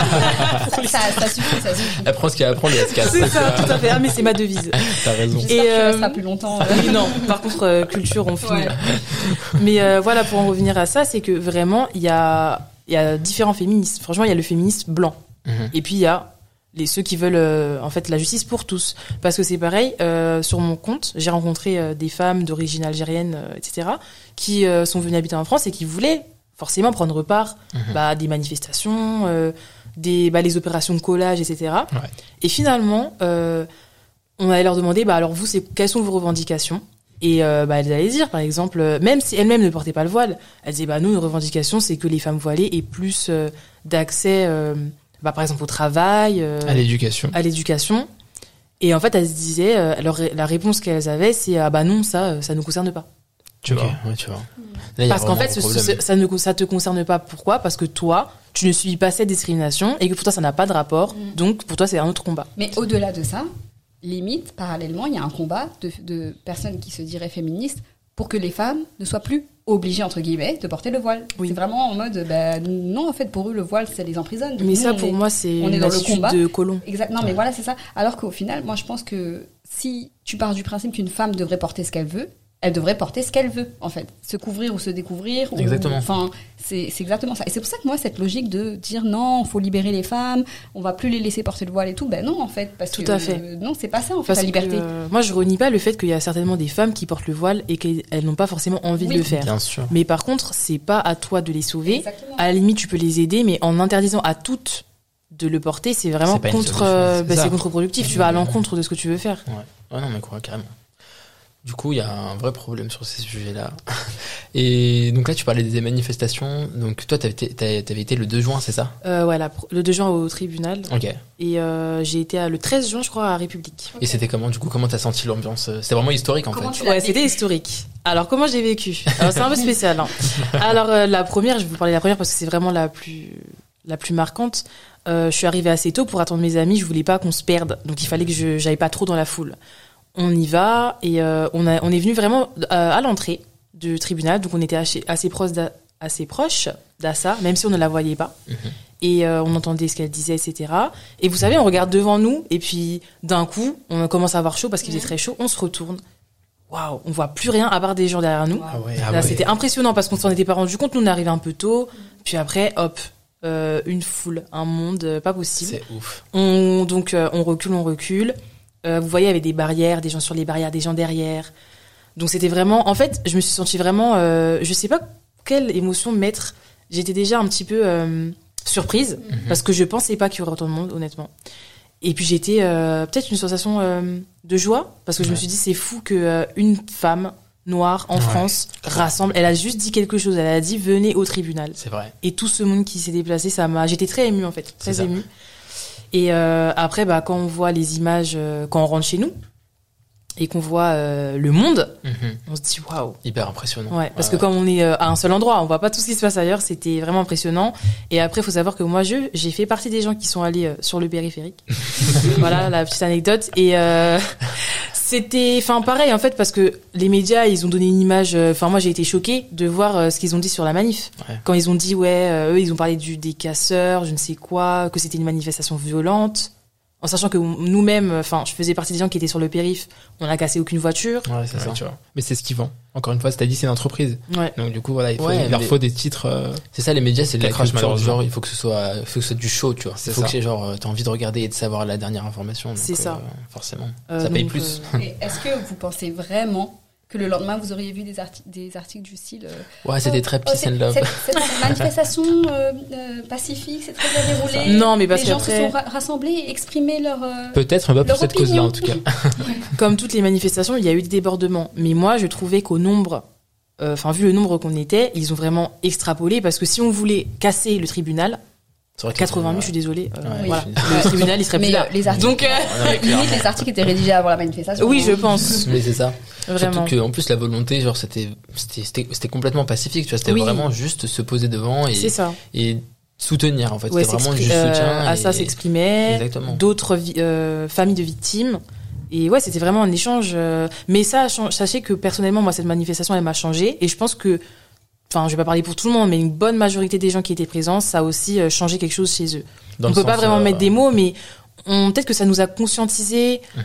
ça, ça suffit, ça suffit. Elle prend ce qu'il y a à apprendre et elle se casse. C'est ça, tout à fait. Ah, mais c'est ma devise. T'as raison. J'espère Et, que tu euh, resteras plus longtemps. Oui, non. Par contre, euh, culture, on finit. Ouais. Mais euh, voilà, pour en revenir à ça, c'est que vraiment, il y a, il y a différents féministes. Franchement, il y a le féministe blanc. Mhm. Et puis, il y a les, ceux qui veulent, euh, en fait, la justice pour tous. Parce que c'est pareil, euh, sur mon compte, j'ai rencontré euh, des femmes d'origine algérienne, euh, et cetera, qui euh, sont venues habiter en France et qui voulaient forcément prendre part Mhm. bah, des manifestations, euh, des, bah, les opérations de collage, et cetera. Ouais. Et finalement, euh, on allait leur demander, bah, alors vous, c'est, quelles sont vos revendications? Et euh, bah, elles allaient dire, par exemple, euh, même si elles-mêmes ne portaient pas le voile, elles disaient, bah, nous, nos revendications, c'est que les femmes voilées aient plus euh, d'accès, euh, bah, par exemple, au travail, euh, À l'éducation. à l'éducation. Et en fait, elles se disaient, euh, alors, la réponse qu'elles avaient, c'est, ah bah non, ça, euh, ça ne nous concerne pas. Tu Ok, vois. ouais, tu vois. Là, il y a Parce qu'en vraiment fait, un ce- problème. ce- ça ne ça te concerne pas. Pourquoi? Parce que toi, tu ne subis pas cette discrimination et que pour toi, ça n'a pas de rapport. Mm. Donc, pour toi, c'est un autre combat. Mais au-delà de ça, limite, parallèlement, il y a un combat de, de personnes qui se diraient féministes pour que les femmes ne soient plus obligées, entre guillemets, de porter le voile. Oui. C'est vraiment en mode, bah, non, en fait, pour eux, le voile, ça les emprisonne. Donc Mais nous, ça, on pour est- moi, c'est on est une dans le attitude combat. de colon. Exact. Non, mais voilà, c'est ça. Alors qu'au final, moi, je pense que si tu pars du principe qu'une femme devrait porter ce qu'elle veut, elle devrait porter ce qu'elle veut, en fait. Se couvrir ou se découvrir. ou- Exactement. Enfin, c'est c'est exactement ça. Et c'est pour ça que moi, cette logique de dire non, faut libérer les femmes, on va plus les laisser porter le voile et tout, ben non, en fait. Parce Tout que, à fait. euh, non, c'est pas ça, en fait, Parce la liberté. que, euh, moi, je renie pas le fait qu'il y a certainement des femmes qui portent le voile et qu'elles n'ont pas forcément envie Oui. de le faire. Bien sûr. Mais par contre, c'est pas à toi de les sauver. Exactement. À la limite, tu peux les aider, mais en interdisant à toutes de le porter, c'est vraiment C'est pas une contre, solution, euh, c'est bah, ça. c'est contre-productif. Tu vas à l'encontre de ce que tu veux faire. Ouais. Ouais, non, mais quoi, carrément. Du coup, il y a un vrai problème sur ces sujets-là. Et donc là, tu parlais des manifestations. Donc toi, t'avais été, t'avais t'avais été le deux juin, c'est ça? Euh, voilà, le deux juin au tribunal. Ok. Et euh, j'ai été à, le treize juin, je crois, à République. Et c'était comment, du coup, comment t'as senti l'ambiance? C'était vraiment historique, en Comment fait. tu l'as Ouais, vécu? c'était historique. Alors, comment j'ai vécu? Alors, c'est un peu spécial. Hein. Alors, euh, la première, je vais vous parler de la première parce que c'est vraiment la plus, la plus marquante. Euh, je suis arrivée assez tôt pour attendre mes amis. Je voulais pas qu'on se perde. Donc, il fallait que je j'aille pas trop dans la foule. On y va et euh, on, a, on est venu vraiment euh, à l'entrée du tribunal. Donc, on était assez, assez proche d'A- assez proche d'Assa, même si on ne la voyait pas. Mhm. Et euh, on entendait ce qu'elle disait, et cetera. Et vous savez, on regarde devant nous et puis d'un coup, on commence à avoir chaud parce qu'il faisait très chaud. On se retourne. Waouh, on voit plus rien à part des gens derrière nous. Ah ouais. Là, c'était impressionnant parce qu'on s'en était pas rendu compte. Nous, on est arrivé un peu tôt. Puis après, hop, euh, une foule, un monde, euh, pas possible. C'est ouf. On, donc, euh, on recule, on recule. Euh, vous voyez, il y avait des barrières, des gens sur les barrières, des gens derrière. Donc, c'était vraiment... En fait, je me suis sentie vraiment... Euh, je sais pas quelle émotion mettre. J'étais déjà un petit peu euh, surprise Mhm. parce que je pensais pas qu'il y aurait autant de monde, honnêtement. Et puis, j'étais euh, peut-être une sensation euh, de joie parce que je me Ouais. suis dit, c'est fou que euh, une femme noire en Ouais. France rassemble. Elle a juste dit quelque chose. Elle a dit venez au tribunal. C'est vrai. Et tout ce monde qui s'est déplacé, ça m'a. J'étais très émue en fait, très C'est ça. émue. Et euh, après, bah quand on voit les images, euh, quand on rentre chez nous et qu'on voit euh, le monde, Mhm. on se dit waouh. Hyper impressionnant. Ouais, parce Ouais, que comme on est euh, à un seul endroit, on voit pas tout ce qui se passe ailleurs, c'était vraiment impressionnant. Et après, il faut savoir que moi, je, j'ai fait partie des gens qui sont allés euh, sur le périphérique. Voilà, la petite anecdote. Et euh, c'était, enfin, pareil, en fait, parce que les médias, ils ont donné une image, enfin, moi, j'ai été choquée de voir euh, ce qu'ils ont dit sur la manif. Ouais. Quand ils ont dit, ouais, euh, eux, ils ont parlé du, des casseurs, je ne sais quoi, que c'était une manifestation violente. En sachant que nous-mêmes, enfin, je faisais partie des gens qui étaient sur le périph', on n'a cassé aucune voiture. Ouais, c'est Ouais, ça. tu vois. Mais c'est ce qui vend. Encore une fois, c'est-à-dire c'est une entreprise. Ouais. Donc du coup, voilà, il, faut, Ouais, il leur mais- faut des titres. euh, C'est ça, les médias, c'est de la L'accroche, culture. malheureusement. Genre, il faut que ce soit, il faut que ce soit du show, tu vois. C'est Il faut ça. que c'est genre, euh, t'as envie de regarder et de savoir la dernière information. donc, C'est ça. euh, forcément. Euh, ça paye donc, plus. euh, Et est-ce que vous pensez vraiment que le lendemain, vous auriez vu des, arti- des articles du style euh, Ouais, c'était très Oh, peace c'est- and love. Cette, cette manifestation euh, euh, pacifique, c'est très bien déroulé. Non, mais parce les gens se qu'après- sont ra- rassemblés et exprimé leur. euh, Peut-être, mais pas pour leur cette cause-là opinion. en tout cas. Comme toutes les manifestations, il y a eu des débordements. Mais moi, je trouvais qu'au nombre, euh, enfin, vu le nombre qu'on était, ils ont vraiment extrapolé parce que si on voulait casser le tribunal, C'est vrai que- quatre-vingt mille, je suis désolée, euh, Ouais, voilà, je suis le tribunal, il serait plus Mais là. euh, les articles. Donc, euh, Ouais, non, mais clairement. limite, les articles étaient rédigés avant la manifestation. oui, je pense, Mais c'est ça. vraiment. Surtout que, en plus, la volonté, genre, c'était, c'était, c'était, c'était complètement pacifique, tu vois. C'était Oui. vraiment juste se poser devant et, C'est ça. et soutenir, en fait. Ouais, c'était vraiment s'expri- juste euh, soutien. à et- ça s'exprimait, Exactement. d'autres vi- euh, familles de victimes. Et ouais, c'était vraiment un échange. euh, Mais ça, chan- sachez que personnellement, moi, cette manifestation, elle m'a changé. Et je pense que, enfin, je vais pas parler pour tout le monde, mais une bonne majorité des gens qui étaient présents, ça a aussi euh, changé quelque chose chez eux. Dans On le peut pas sens, vraiment euh, mettre des mots, mais on, peut-être que ça nous a conscientisés. Mhm.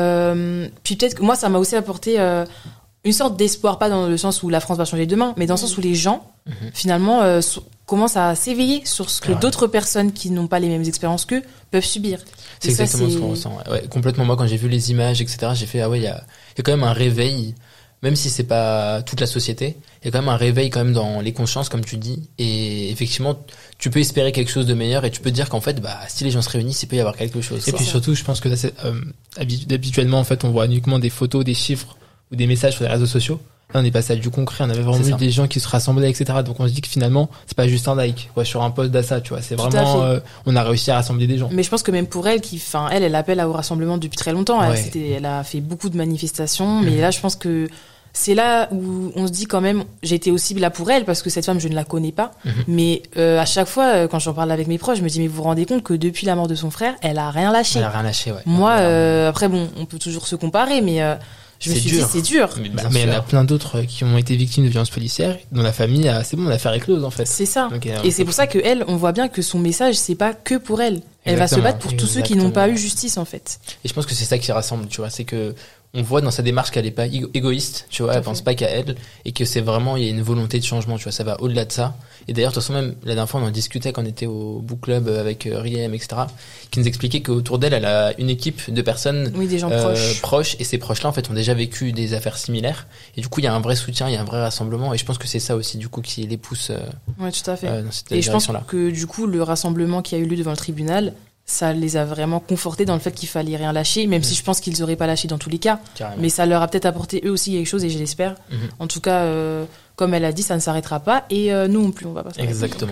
Euh, puis peut-être que moi, ça m'a aussi apporté euh, une sorte d'espoir, pas dans le sens où la France va changer demain, mais dans le sens où les gens, Mhm. finalement, euh, so- commencent à s'éveiller sur ce que Ouais. d'autres personnes qui n'ont pas les mêmes expériences qu'eux peuvent subir. C'est Et ça, exactement ce c'est- qu'on ressent. Ouais. Ouais, complètement. Moi, quand j'ai vu les images, et cetera, j'ai fait, ah ouais, il y a, il y a quand même un réveil, même si c'est pas toute la société, il y a quand même un réveil quand même dans les consciences, comme tu dis. Et effectivement, tu peux espérer quelque chose de meilleur et tu peux te dire qu'en fait, bah, si les gens se réunissent, il peut y avoir quelque chose. Et quoi. puis ça. surtout, je pense que là, c'est, euh, habi- habituellement, en fait, on voit uniquement des photos, des chiffres ou des messages sur les réseaux sociaux. Là, on est passé à du concret. On avait vraiment C'est vu ça. des gens qui se rassemblaient, et cetera. Donc, on se dit que finalement, c'est pas juste un like, quoi, sur un post d'Assa, tu vois. C'est Tout à vraiment, fait. euh, on a réussi à rassembler des gens. Mais je pense que même pour elle, qui, enfin, elle, elle appelle au rassemblement depuis très longtemps. Elle, Ouais. c'était, elle a fait beaucoup de manifestations, mais Mhm. là, je pense que c'est là où on se dit quand même, j'ai été aussi là pour elle parce que cette femme, je ne la connais pas. Mhm. Mais euh, à chaque fois, euh, quand j'en parle avec mes proches, je me dis, mais vous vous rendez compte que depuis la mort de son frère, elle a rien lâché. Elle a rien lâché, ouais. Moi, Elle a- euh, après, bon, on peut toujours se comparer, mais euh, je me C'est suis dur. dit, c'est dur. Mais, Bah, bien mais il y en a sûr. plein d'autres euh, qui ont été victimes de violences policières, dont la famille a, c'est bon, l'affaire est close, en fait. C'est ça. Donc, euh, Et c'est pour ça que elle, on voit bien que son message, c'est pas que pour elle. Elle va se Exactement. battre pour tous ceux qui n'ont pas Exactement. eu justice, en fait. Et je pense que c'est ça qui rassemble, tu vois. C'est que, on voit dans sa démarche qu'elle est pas égo- égoïste, tu vois, Tout à elle pense fait. pas qu'à elle, et que c'est vraiment, il y a une volonté de changement, tu vois, ça va au-delà de ça. Et d'ailleurs, de toute façon, même, la dernière fois, on en discutait quand on était au book club avec euh, Riem, et cetera, qui nous expliquait qu'autour d'elle, elle a une équipe de personnes Oui, des gens euh, proches. proches, et ces proches-là, en fait, ont déjà vécu des affaires similaires. Et du coup, il y a un vrai soutien, il y a un vrai rassemblement, et je pense que c'est ça aussi, du coup, qui les pousse euh, Ouais, tout à fait. euh, dans cette Et je pense direction-là. que du coup, le rassemblement qui a eu lieu devant le tribunal, ça les a vraiment confortés dans le fait qu'il fallait rien lâcher, même si je pense qu'ils auraient pas lâché dans tous les cas. Carrément. Mais ça leur a peut-être apporté eux aussi quelque chose, et je l'espère. Mhm. En tout cas, euh, comme elle a dit, ça ne s'arrêtera pas, et euh, nous non plus, on va pas s'arrêter. Exactement.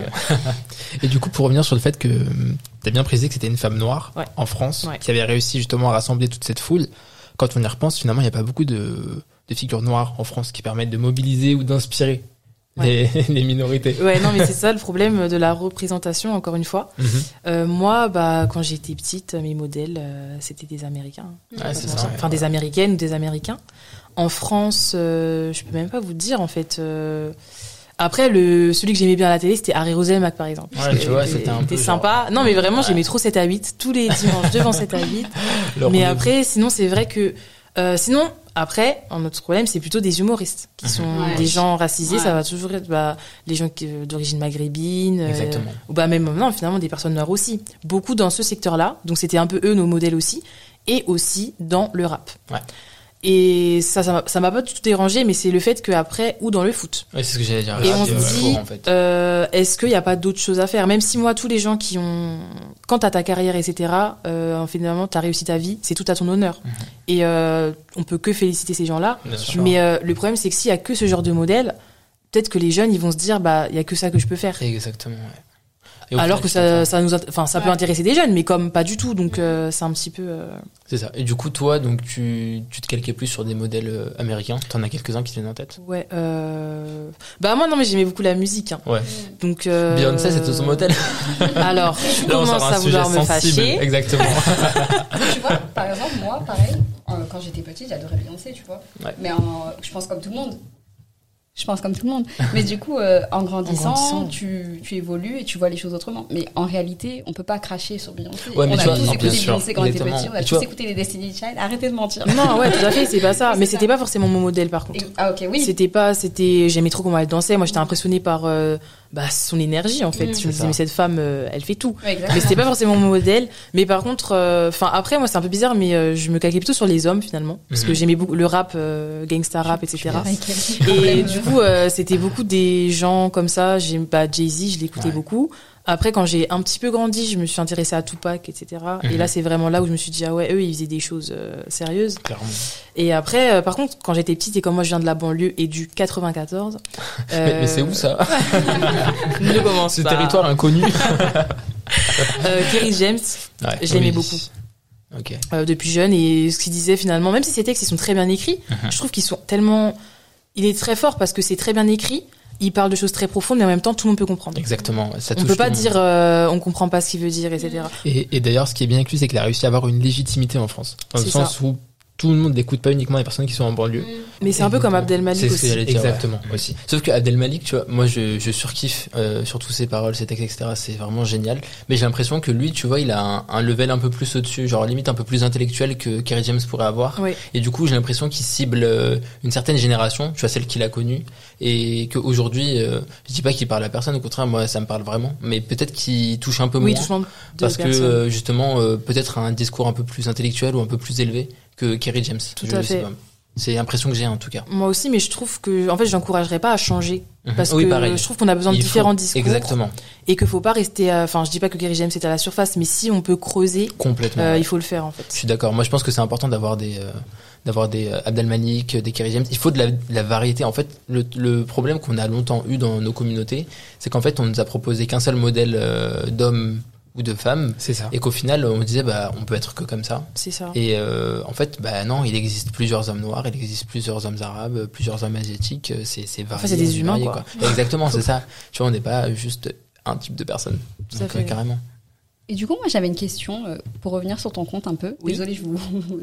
Et du coup, pour revenir sur le fait que tu as bien précisé que c'était une femme noire Ouais. en France Ouais. qui avait réussi justement à rassembler toute cette foule, quand on y repense, finalement, il n'y a pas beaucoup de, de figures noires en France qui permettent de mobiliser ou d'inspirer les, les minorités. Ouais, non, mais c'est ça le problème de la représentation, encore une fois. Mhm. Euh, moi, bah, quand j'étais petite, mes modèles, euh, c'était des Américains. Ouais, c'est ça, Enfin, ouais. des Américaines ou des Américains. En France, euh, je peux même pas vous dire, en fait. euh, Après, le, celui que j'aimais bien à la télé, c'était Harry Roselmack, par exemple. Ouais, Parce tu que vois, il c'était un il peu était genre- sympa. Non, mais vraiment, Ouais. j'aimais trop sept à huit, tous les dimanches devant sept à huit. Leur Mais rendez-vous. après, sinon, c'est vrai que, euh, sinon, après, un autre problème, c'est plutôt des humoristes qui sont Ouais. des gens racisés. Ouais. Ça va toujours être, bah, les gens qui- d'origine maghrébine. euh, Exactement. ou bah, même, non, finalement, des personnes noires aussi. Beaucoup dans ce secteur-là. Donc, c'était un peu eux, nos modèles aussi. Et aussi dans le rap. Ouais. Et ça, ça m'a, ça m'a pas tout dérangé, mais c'est le fait qu'après, ou dans le foot. Ouais, c'est ce que j'allais dire. Et Ah, on c'est, se euh, dit, fort, en fait. euh, est-ce qu'il n'y a pas d'autres choses à faire? Même si moi, tous les gens qui ont, quand t'as ta carrière, et cetera, euh, finalement, t'as réussi ta vie, c'est tout à ton honneur. Mhm. Et euh, on peut que féliciter ces gens-là. Bien sûr. Mais euh, le problème, c'est que s'il y a que ce genre de modèle, peut-être que les jeunes, ils vont se dire, bah, il y a que ça que je peux faire. Exactement, ouais. Et au Alors final, que tu ça, comprends. ça nous, int- enfin, ça peut Ouais. intéresser des jeunes, mais comme pas du tout. Donc, euh, c'est un petit peu. euh, C'est ça. Et du coup, toi, donc, tu, tu te calquais plus sur des modèles euh, américains. T'en as quelques-uns qui te viennent en tête? Ouais. Euh... Bah moi, non, mais j'aimais beaucoup la musique. Hein. Ouais. Donc. Euh... Beyoncé, c'était son modèle. Alors, je Là, on commence sort un à vouloir sujet me sensible. fâcher. Exactement. Tu vois, par exemple, moi, pareil, euh, quand j'étais petite, j'adorais Beyoncé, tu vois. Ouais. Mais en- je pense comme tout le monde. Je pense comme tout le monde. Mais du coup, euh, en grandissant, En grandissant. Tu, tu évolues et tu vois les choses autrement. Mais en réalité, on peut pas cracher sur Beyoncé. Ouais, mais on tu a vois, tous non, écouté bien sûr, Beyoncé quand on était exactement. petits. On a Et tu tous vois- écouté les Destiny Child. Arrêtez de mentir. Non, ouais, tout à fait, c'est pas ça. C'est Mais ça. c'était pas forcément mon modèle, par contre. Et- ah, ok, oui. C'était pas, c'était, j'aimais trop comment elle dansait. Moi, j'étais impressionnée par euh, bah, son énergie, en fait. Mm. je me C'est disais, ça. mais cette femme, euh, elle fait tout. Ouais, exactement. Mais c'était pas forcément mon modèle. Mais par contre, enfin après, moi, c'est un peu bizarre, mais euh, je me calquais plutôt sur les hommes finalement, parce que Mhm. j'aimais beaucoup le rap, euh, gangsta rap, et cetera. Avec elle. Et du coup, euh, c'était beaucoup des gens comme ça. J'ai, bah, Jay-Z, je l'écoutais Ouais. beaucoup. Après, quand j'ai un petit peu grandi, je me suis intéressée à Tupac, et cetera. Et Mhm. là, c'est vraiment là où je me suis dit, ah ouais, eux, ils faisaient des choses euh, sérieuses. Clairement. Et après, euh, par contre, quand j'étais petite et comme moi, je viens de la banlieue et du quatre-vingt-quatorze. Mais, euh, mais c'est où ça? Ne commence Ce pas. territoire inconnu. Euh, Kerry James, Ouais, je l'aimais oui. beaucoup. Ok. euh, depuis jeune, et ce qu'il disait finalement, même si ces textes ils sont très bien écrits, Mhm. je trouve qu'ils sont tellement, il est très fort parce que c'est très bien écrit. Il parle de choses très profondes, mais en même temps tout le monde peut comprendre. Exactement. Ça On touche peut pas tout le monde. dire euh, on comprend pas ce qu'il veut dire, et cetera. Et, et d'ailleurs, ce qui est bien avec lui, c'est qu'il a réussi à avoir une légitimité en France. Dans le C'est sens où tout le monde n'écoute pas uniquement les personnes qui sont en banlieue. Mais c'est un peu comme Abdel C'est Malik ce que aussi. j'allais dire, exactement, aussi. Sauf que Abdel Malik, tu vois, moi je, je surkiffe euh, surtout ses paroles, ses textes, et cetera. C'est vraiment génial. Mais j'ai l'impression que lui, tu vois, il a un, un level un peu plus au-dessus, genre limite un peu plus intellectuel que Kerry James pourrait avoir. Oui. Et du coup, j'ai l'impression qu'il cible euh, une certaine génération, tu vois, celle qu'il a connue, et qu'aujourd'hui, euh, je dis pas qu'il parle à personne, au contraire, moi ça me parle vraiment. Mais peut-être qu'il touche un peu Oui, moins. tout le monde. de Parce que personnes. euh, justement, euh, peut-être un discours un peu plus intellectuel ou un peu plus élevé que Kerry James. Tout Je à sais fait. pas. C'est l'impression que j'ai en tout cas. Moi aussi, mais je trouve que, en fait, je n'encouragerais pas à changer. Mhm. Parce Oui, que pareil. je trouve qu'on a besoin de Il différents faut- discours. Exactement, Et qu'il faut pas rester, à- enfin, je dis pas que Kerry James est à la surface, mais si on peut creuser, complètement. euh, il faut le faire, en Je fait. suis d'accord. Moi, je pense que c'est important d'avoir des, euh, d'avoir des euh, Abdel Malik, des Kerry James. Il faut de la, de la variété. En fait, le, le problème qu'on a longtemps eu dans nos communautés, c'est qu'en fait, on nous a proposé qu'un seul modèle euh, d'homme ou de femme, C'est ça. et qu'au final, on disait, bah, on peut être que comme ça. C'est ça. Et euh, en fait, bah non, il existe plusieurs hommes noirs, il existe plusieurs hommes arabes, plusieurs hommes asiatiques. C'est, c'est varié. Enfin, c'est des on est humains, varié, quoi. Exactement, c'est ça. Tu vois, on n'est pas juste un type de personne. Tout à Donc, fait. euh, carrément. Et du coup, moi, j'avais une question euh, pour revenir sur ton compte un peu. Oui. Désolée, je vous.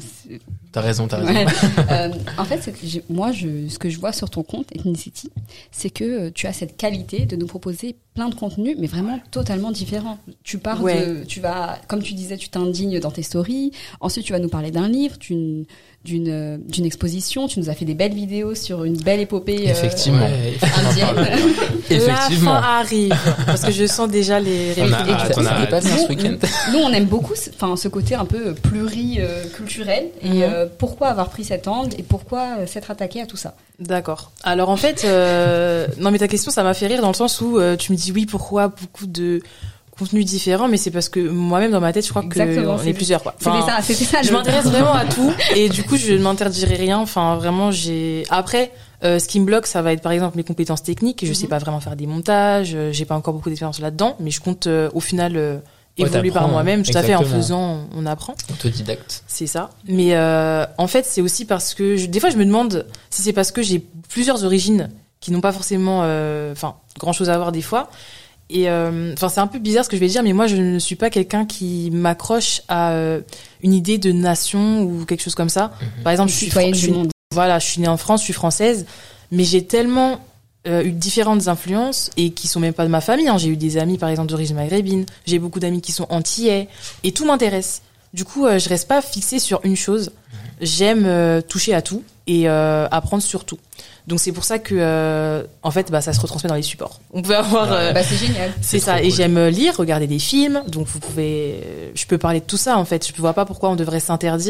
T'as raison, t'as raison. Ouais. Euh, en fait, c'est que j'ai- moi, je, ce que je vois sur ton compte Ethnicity, c'est que euh, tu as cette qualité de nous proposer plein de contenus, mais vraiment totalement différents. Tu pars Ouais. de, tu vas, comme tu disais, tu t'indignes dans tes stories. Ensuite, tu vas nous parler d'un livre, d'une, d'une, euh, d'une exposition. Tu nous as fait des belles vidéos sur une belle épopée. euh, Effectivement. Ouais, indienne. Effectivement. La fin arrive. Parce que je sens déjà les On a réflexions. hâte, on a T'es pas hâte. venir ce Nous, week-end. nous, on aime beaucoup ce, enfin, ce côté un peu pluriculturel. Et Mhm. euh, pourquoi avoir pris cet angle et pourquoi euh, s'être attaqué à tout ça? D'accord. Alors en fait, euh, non mais ta question, ça m'a fait rire dans le sens où euh, tu me dis oui, pourquoi beaucoup de contenus différents, mais c'est parce que moi-même dans ma tête, je crois Exactement, que on c'est- est plusieurs. Quoi. C'était Enfin, ça, c'était ça. je le- m'intéresse vraiment à tout et du coup, je ne m'interdirai rien. Enfin, vraiment, j'ai. Après, euh, ce qui me bloque, ça va être par exemple mes compétences techniques. Je sais Mhm. pas vraiment faire des montages. euh, J'ai pas encore beaucoup d'expérience là-dedans, mais je compte euh, au final euh, Ouais, évoluer par t'apprends, moi-même. Tout à fait, en exactement. faisant, on apprend. Autodidacte. C'est ça. Mais euh, en fait, c'est aussi parce que je- des fois, je me demande si c'est parce que j'ai plusieurs origines qui n'ont pas forcément, euh, enfin, grand chose à voir des fois. Et euh, enfin, c'est un peu bizarre ce que je vais dire, mais moi, je ne suis pas quelqu'un qui m'accroche à euh, une idée de nation ou quelque chose comme ça. Par exemple, je suis, Citoyenne je du suis- monde. voilà, je suis née en France, je suis française, mais j'ai tellement euh, eu différentes influences et qui sont même pas de ma famille. Hein. J'ai eu des amis, par exemple, d'origine maghrébine. J'ai beaucoup d'amis qui sont antillais et tout m'intéresse. Du coup, euh, je reste pas fixée sur une chose. J'aime euh, toucher à tout et euh, apprendre sur tout. Donc c'est pour ça que, euh, en fait, bah, ça se retransmet dans les supports. On peut avoir. euh, Bah, c'est génial. c'est c'est ça. trop Et cool. j'aime lire, regarder des films. Donc vous pouvez, je peux parler de tout ça en fait. Je ne vois pas pourquoi on devrait s'interdire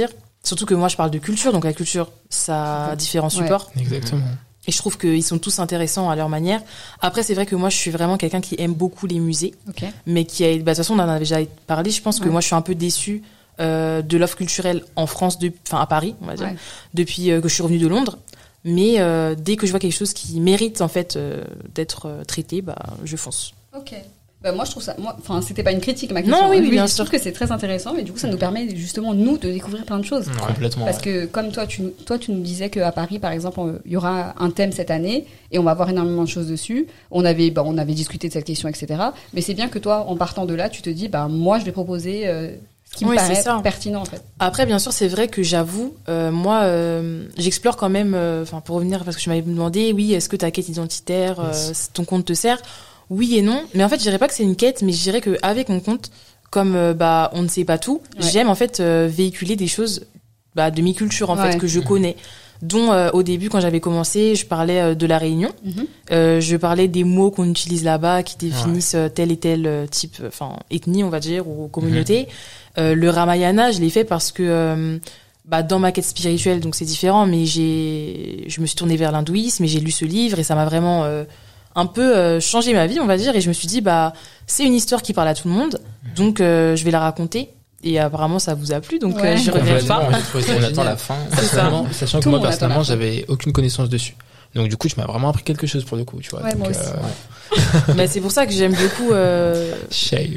Surtout que moi, je parle de culture, donc la culture, ça a différents Ouais. supports. Exactement. Et je trouve qu'ils sont tous intéressants à leur manière. Après, c'est vrai que moi, je suis vraiment quelqu'un qui aime beaucoup les musées, Ok. mais qui a, bah, de toute façon, on en avait déjà parlé. Je pense que Ouais. moi, je suis un peu déçue euh, de l'offre culturelle en France, de, enfin à Paris, on va dire, Ouais. depuis euh, que je suis revenue de Londres. Mais euh, dès que je vois quelque chose qui mérite en fait euh, d'être euh, traité, bah, je fonce. Ok. Bah, moi, je trouve ça. Moi, enfin, c'était pas une critique, ma question. Non, oui, hein. oui, bien je sûr. trouve que c'est très intéressant, mais du coup, ça nous permet justement nous de découvrir plein de choses. Complètement. Parce ouais. que comme toi, tu, toi, tu nous disais qu'à Paris, par exemple, on- il y aura un thème cette année et on va avoir énormément de choses dessus. On avait, bah, on avait discuté de cette question, et cetera. Mais c'est bien que toi, en partant de là, tu te dis, bah, moi, je vais proposer euh, ce qui Oui, me c'est paraît ça. pertinent, en fait. Après, bien sûr, c'est vrai que j'avoue, euh, moi, euh, j'explore quand même, enfin, pour revenir, parce que je m'avais demandé, oui, est-ce que ta quête identitaire, euh, Yes. ton compte te sert? Oui et non. Mais en fait, je dirais pas que c'est une quête, mais je dirais qu'avec mon compte, comme, euh, bah, on ne sait pas tout, Ouais. j'aime, en fait, euh, véhiculer des choses, bah, de mes cultures, en Ouais. fait, que je connais. Dont, euh, au début, quand j'avais commencé, je parlais euh, de la Réunion. Mhm. Euh, je parlais des mots qu'on utilise là-bas qui définissent euh, tel et tel euh, type, enfin ethnie on va dire ou communauté. Euh, le Ramayana, je l'ai fait parce que euh, bah, dans ma quête spirituelle, donc c'est différent, mais j'ai, je me suis tournée vers l'hindouisme et j'ai lu ce livre et ça m'a vraiment euh, un peu euh, changé ma vie on va dire et je me suis dit bah c'est une histoire qui parle à tout le monde, donc euh, je vais la raconter. Et apparemment, ça vous a plu, donc Ouais. euh, je regrette pas. Complètement, j'ai trouvé ça On génial. attend la fin. C'est ça. Personnellement, sachant Tout que le moi, monde attend personnellement, la fin. j'avais aucune connaissance dessus. Donc, du coup, tu m'as vraiment appris quelque chose pour le coup, tu vois. Ouais, Donc, moi aussi. euh, Mais c'est pour ça que j'aime beaucoup. Euh, Shame.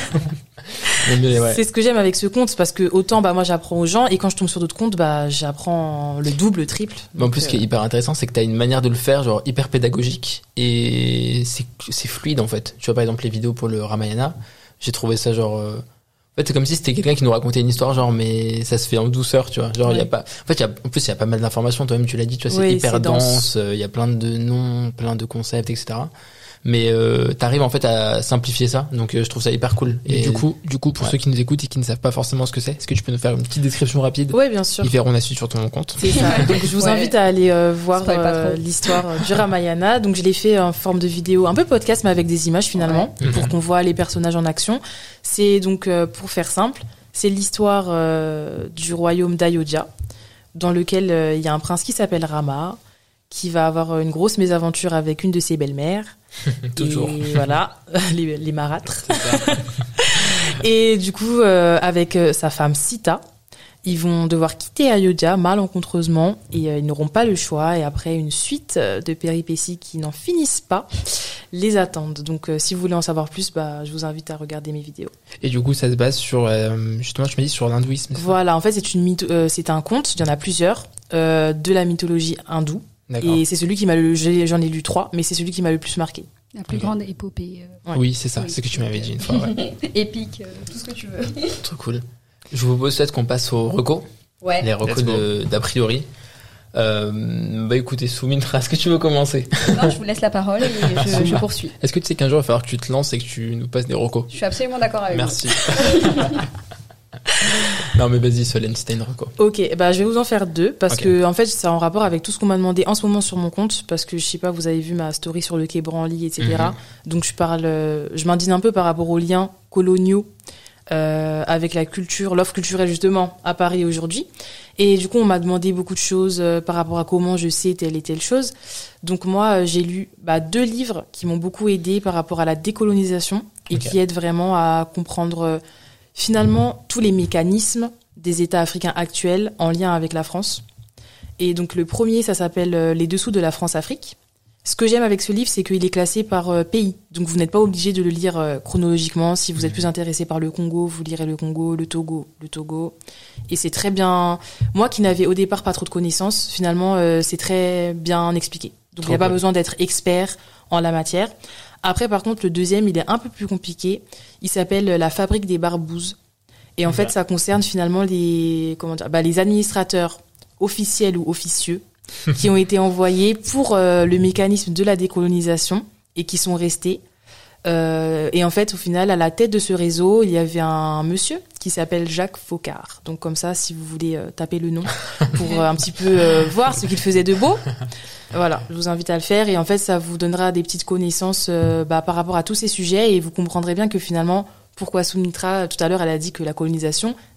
Mais, mais ouais. C'est ce que j'aime avec ce compte parce que autant bah moi j'apprends aux gens et quand je tombe sur d'autres comptes bah j'apprends le double, le triple. Mais en Donc, plus, ce qui est euh, hyper intéressant, c'est que t'as une manière de le faire, genre hyper pédagogique, et c'est c'est fluide en fait. Tu vois, par exemple, les vidéos pour le Ramayana, j'ai trouvé ça genre. Euh... En fait, c'est comme si c'était quelqu'un qui nous racontait une histoire, genre, mais ça se fait en douceur, tu vois. Genre, il y a Ouais. pas. En fait, il y a, en plus, il y a pas mal d'informations. Toi-même, tu l'as dit, tu vois, c'est Oui, hyper c'est dense. dense. euh, Il y a plein de noms, plein de concepts, et cetera. Mais euh, t'arrives en fait à simplifier ça, donc euh, je trouve ça hyper cool. Et du coup, du coup, pour Ouais. ceux qui nous écoutent et qui ne savent pas forcément ce que c'est, est-ce que tu peux nous faire une petite description rapide? Ouais, bien sûr. Ils verront la suite sur ton compte. C'est ça. Donc je vous Ouais. invite à aller euh, voir Spoil pas euh, trop. l'histoire euh, du Ramayana. Donc je l'ai fait en forme de vidéo, un peu podcast mais avec des images finalement, Ouais. pour qu'on voit les personnages en action. C'est donc euh, pour faire simple, c'est l'histoire euh, du royaume d'Ayodhya, dans lequel euh, il y a un prince qui s'appelle Rama, qui va avoir une grosse mésaventure avec une de ses belles-mères. Toujours. Et voilà, les, les marâtres. Et du coup, euh, avec euh, sa femme Sita, ils vont devoir quitter Ayodhya malencontreusement et euh, ils n'auront pas le choix. Et après, une suite euh, de péripéties qui n'en finissent pas les attendent. Donc, euh, si vous voulez en savoir plus, bah, je vous invite à regarder mes vidéos. Et du coup, ça se base sur, euh, justement, je me dis sur l'hindouisme. c'est ça? Voilà, en fait, c'est une mytho- euh, c'est un conte. Il y en a plusieurs euh, de la mythologie hindoue. D'accord. Et c'est celui qui m'a le, j'ai- j'en ai lu trois, mais c'est celui qui m'a le plus marqué. La plus Ok. grande épopée euh, Ouais. Oui, c'est ça. Oui. C'est ce que tu m'avais dit une fois. Ouais. épique, euh, tout ce que tu veux. Trop cool. Je vous propose peut-être qu'on passe aux recos, Ouais. les recos Let's go. de- d'a priori. Euh, bah écoutez, Soumintra, est-ce que tu veux commencer? Non, je vous laisse la parole et je, je poursuis. Est-ce que tu sais qu'un jour il va falloir que tu te lances et que tu nous passes des recos? Je suis absolument d'accord avec Merci. Non mais vas-y Solène, c'était une reco. Ok, bah je vais vous en faire deux parce Ok. que en fait c'est en rapport avec tout ce qu'on m'a demandé en ce moment sur mon compte parce que je sais pas, vous avez vu ma story sur le quai Branly, et cetera. Mhm. Donc je parle, euh, je m'indigne un peu par rapport aux liens coloniaux euh, avec la culture, l'offre culturelle justement à Paris aujourd'hui. Et du coup on m'a demandé beaucoup de choses euh, par rapport à comment je sais telle et telle chose. Donc moi euh, j'ai lu bah, deux livres qui m'ont beaucoup aidé par rapport à la décolonisation et Ok. qui aident vraiment à comprendre euh, finalement tous les mécanismes des États africains actuels en lien avec la France. Et donc le premier, ça s'appelle euh, Les dessous de la France-Afrique. Ce que j'aime avec ce livre, c'est qu'il est classé par euh, pays. Donc vous n'êtes pas obligé de le lire euh, chronologiquement. Si vous êtes plus intéressé par le Congo, vous lirez le Congo, le Togo, le Togo. Et c'est très bien. Moi qui n'avais au départ pas trop de connaissances, finalement euh, c'est très bien expliqué. Donc il n'y a pas cool. besoin d'être expert en la matière. Après par contre le deuxième, il est un peu plus compliqué. Il s'appelle La fabrique des barbouzes. Et en Ok. fait ça concerne finalement les comment dire, bah, les administrateurs officiels ou officieux qui ont été envoyés pour euh, le mécanisme de la décolonisation et qui sont restés. Euh, et en fait, au final, à la tête de ce réseau, il y avait un monsieur qui s'appelle Jacques Faucard. Donc comme ça, si vous voulez euh, taper le nom pour euh, un petit peu euh, voir ce qu'il faisait de beau, voilà, je vous invite à le faire. Et en fait, ça vous donnera des petites connaissances euh, bah, par rapport à tous ces sujets et vous comprendrez bien que finalement, pourquoi Soumitra, tout à l'heure, elle a dit que la colonisation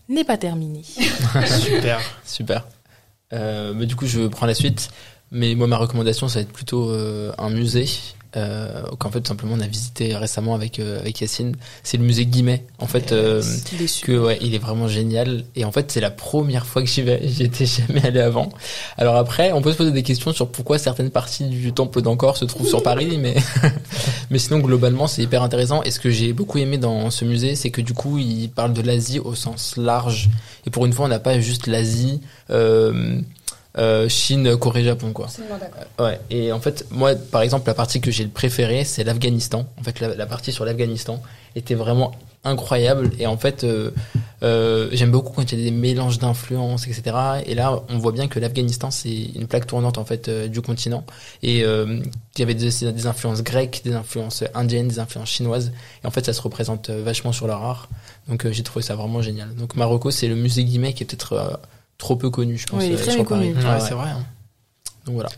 n'est pas terminée. Super, super. Euh, mais du coup, je prends la suite. Mais moi, ma recommandation, ça va être plutôt euh, un musée euh, qu'en fait, tout simplement, on a visité récemment avec euh, avec Yacine. C'est le musée Guimet. En fait, euh, Il est super. que ouais, il est vraiment génial. Et en fait, c'est la première fois que j'y vais. J'y étais jamais allé avant. Alors après, on peut se poser des questions sur pourquoi certaines parties du temple d'Angkor se trouvent sur Paris, mais mais sinon, globalement, c'est hyper intéressant. Et ce que j'ai beaucoup aimé dans ce musée, c'est que du coup, il parle de l'Asie au sens large. Et pour une fois, on n'a pas juste l'Asie. Euh, Euh, Chine, Corée, Japon, quoi. Absolument d'accord. Ouais. Et en fait, moi, par exemple, la partie que j'ai le préféré, c'est l'Afghanistan. En fait, la, la partie sur l'Afghanistan était vraiment incroyable. Et en fait, euh, euh, j'aime beaucoup quand il y a des mélanges d'influences, et cetera. Et là, on voit bien que l'Afghanistan, c'est une plaque tournante en fait euh, du continent. Et euh, il y avait des, des influences grecques, des influences indiennes, des influences chinoises. Et en fait, ça se représente vachement sur leur art. Donc, euh, j'ai trouvé ça vraiment génial. Donc, Marocco, c'est le musée Guimet qui est peut-être euh, trop peu connu, je pense. Oui, il est euh, très sur méconnu. Paris. Ouais, Ouais, c'est ouais. vrai. hein. Donc voilà.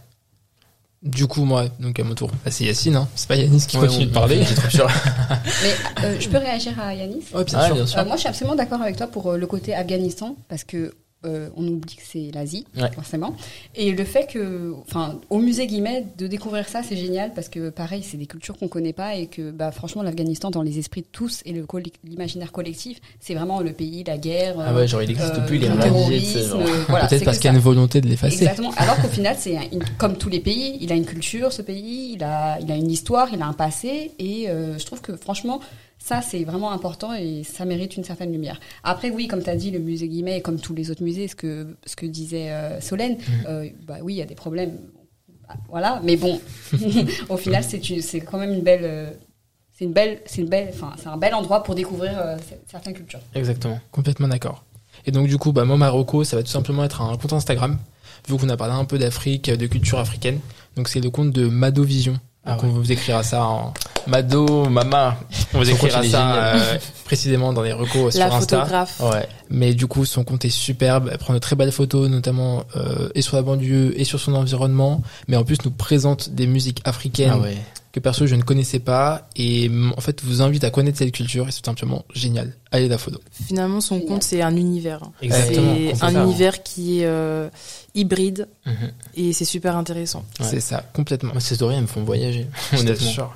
Du coup, moi, donc à mon tour, bah, c'est Yacine, hein. C'est pas Yanis qui Ouais, continue on- de parler. J'étais trop sûr. Mais euh, je peux réagir à Yanis Ouais, bien Ah, sûr. bien sûr. Euh, moi, je suis absolument d'accord avec toi pour euh, le côté Afghanistan, parce que euh, on oublie que c'est l'Asie, Ouais. forcément. Et le fait que, enfin, au musée Guimet, de découvrir ça, c'est génial, parce que pareil, c'est des cultures qu'on connaît pas, et que, bah, franchement, l'Afghanistan, dans les esprits de tous et le coll- l'imaginaire collectif, c'est vraiment le pays, la guerre. Ah ouais, genre il existe euh, plus, il est le éradié, tu sais, terrorisme, genre. euh, voilà, Peut-être c'est parce que qu'il y a ça. une volonté de l'effacer. Exactement. Alors qu'au final, c'est un- une- comme tous les pays, il a une culture, ce pays, il a, il a une histoire, il a un passé, et euh, je trouve que franchement, ça c'est vraiment important et ça mérite une certaine lumière. Après, oui, comme tu as dit, le musée Guimet, et comme tous les autres musées, ce que, ce que disait euh, Solène, euh, bah oui, il y a des problèmes. Bah, voilà, mais bon, au final, c'est une- c'est quand même une belle. euh, c'est une belle, c'est une belle, enfin, c'est un bel endroit pour découvrir euh, certaines cultures. Exactement. Complètement d'accord. Et donc, du coup, bah, moi, Marocco, ça va tout simplement être un compte Instagram, vu qu'on a parlé un peu d'Afrique, de culture africaine. Donc, c'est le compte de Mado Vision. Ah Donc, ouais. on vous écrira ça en, Mado, Mama. on vous Son compte, écrira il est ça, génial. euh, précisément dans les recos La sur Insta. photographe. Ouais. Mais du coup, son compte est superbe. Elle prend de très belles photos, notamment euh, et sur la banlieue et sur son environnement. Mais en plus, nous présente des musiques africaines Ah ouais. que perso je ne connaissais pas. Et mm, en fait, vous invite à connaître cette culture. Et c'est simplement génial. Allez la photo. Finalement, son Génial. compte, c'est un univers. Exactement. C'est C'est un ça. univers qui est euh, hybride Mhm. et c'est super intéressant. Ouais. C'est ça, complètement. Moi, ces stories, elles me font voyager. Je Honnêtement. t'assure.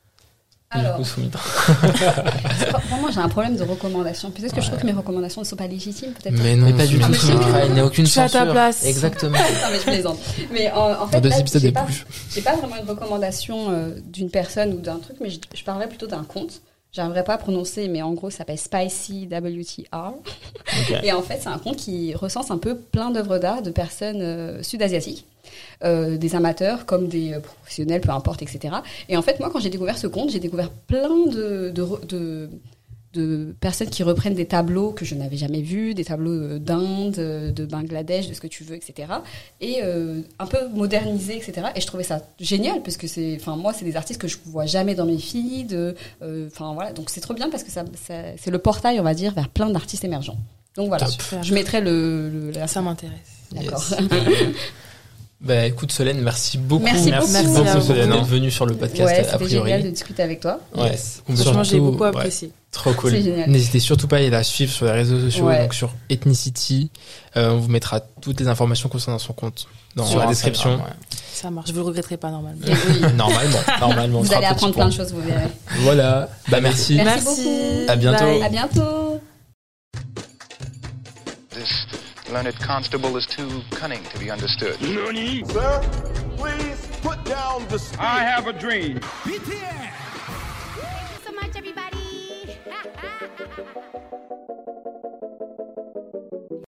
Alors, Du coup, Soumitra. vraiment, j'ai un problème de recommandation. Peut-être que je trouve que mes recommandations ne sont pas légitimes, peut-être. Mais non, Mais pas du Ah, tout. mais Soumitra, il n'y a aucune Je suis à ta censure. place. Exactement. Non, mais je plaisante. Mais en, en fait, Dans deux là, épisodes j'ai et pas, plus. j'ai pas vraiment une recommandation euh, d'une personne ou d'un truc, mais je, je parlerais plutôt d'un compte. J'arriverai pas à prononcer, mais en gros, ça s'appelle Spicy W T R. Ok. Et en fait, c'est un compte qui recense un peu plein d'œuvres d'art de personnes euh, sud-asiatiques, euh, des amateurs comme des euh, professionnels, peu importe, et cetera. Et en fait, moi, quand j'ai découvert ce compte, j'ai découvert plein de, de, re- de, de personnes qui reprennent des tableaux que je n'avais jamais vus, des tableaux euh, d'Inde, euh, de Bangladesh, de ce que tu veux, et cetera. Et euh, un peu modernisés, et cetera. Et je trouvais ça génial parce que c'est, enfin moi, c'est des artistes que je vois jamais dans mes feeds. euh, Enfin voilà, donc c'est trop bien parce que ça, ça- c'est le portail, on va dire, vers plein d'artistes émergents. Donc voilà, Top. je mettrai le, le la Ça m'intéresse. D'accord. Bah écoute Solène, merci beaucoup. Merci beaucoup. beaucoup Merci à vous. Solène d'être venue sur le podcast Ouais, a c'était priori. génial de discuter avec toi. Ouais, Franchement, j'ai Surtout, beaucoup ouais. apprécié. trop cool. C'est génial. N'hésitez surtout pas à aller la suivre sur les réseaux sociaux, Ouais. donc sur Ethnicity. Euh, on vous mettra toutes les informations concernant son compte dans Sur la Instagram, description. ouais. Ça marche. Je vous le regretterai pas normalement. Et oui, Normalement, normalement. on vous fera allez un petit apprendre point. plein de choses, vous verrez. Voilà. Bah merci. Merci beaucoup. À bientôt. Bye. À bientôt. This learned constable is too cunning to be understood. Sir, please put down the spear. I have a dream. B T S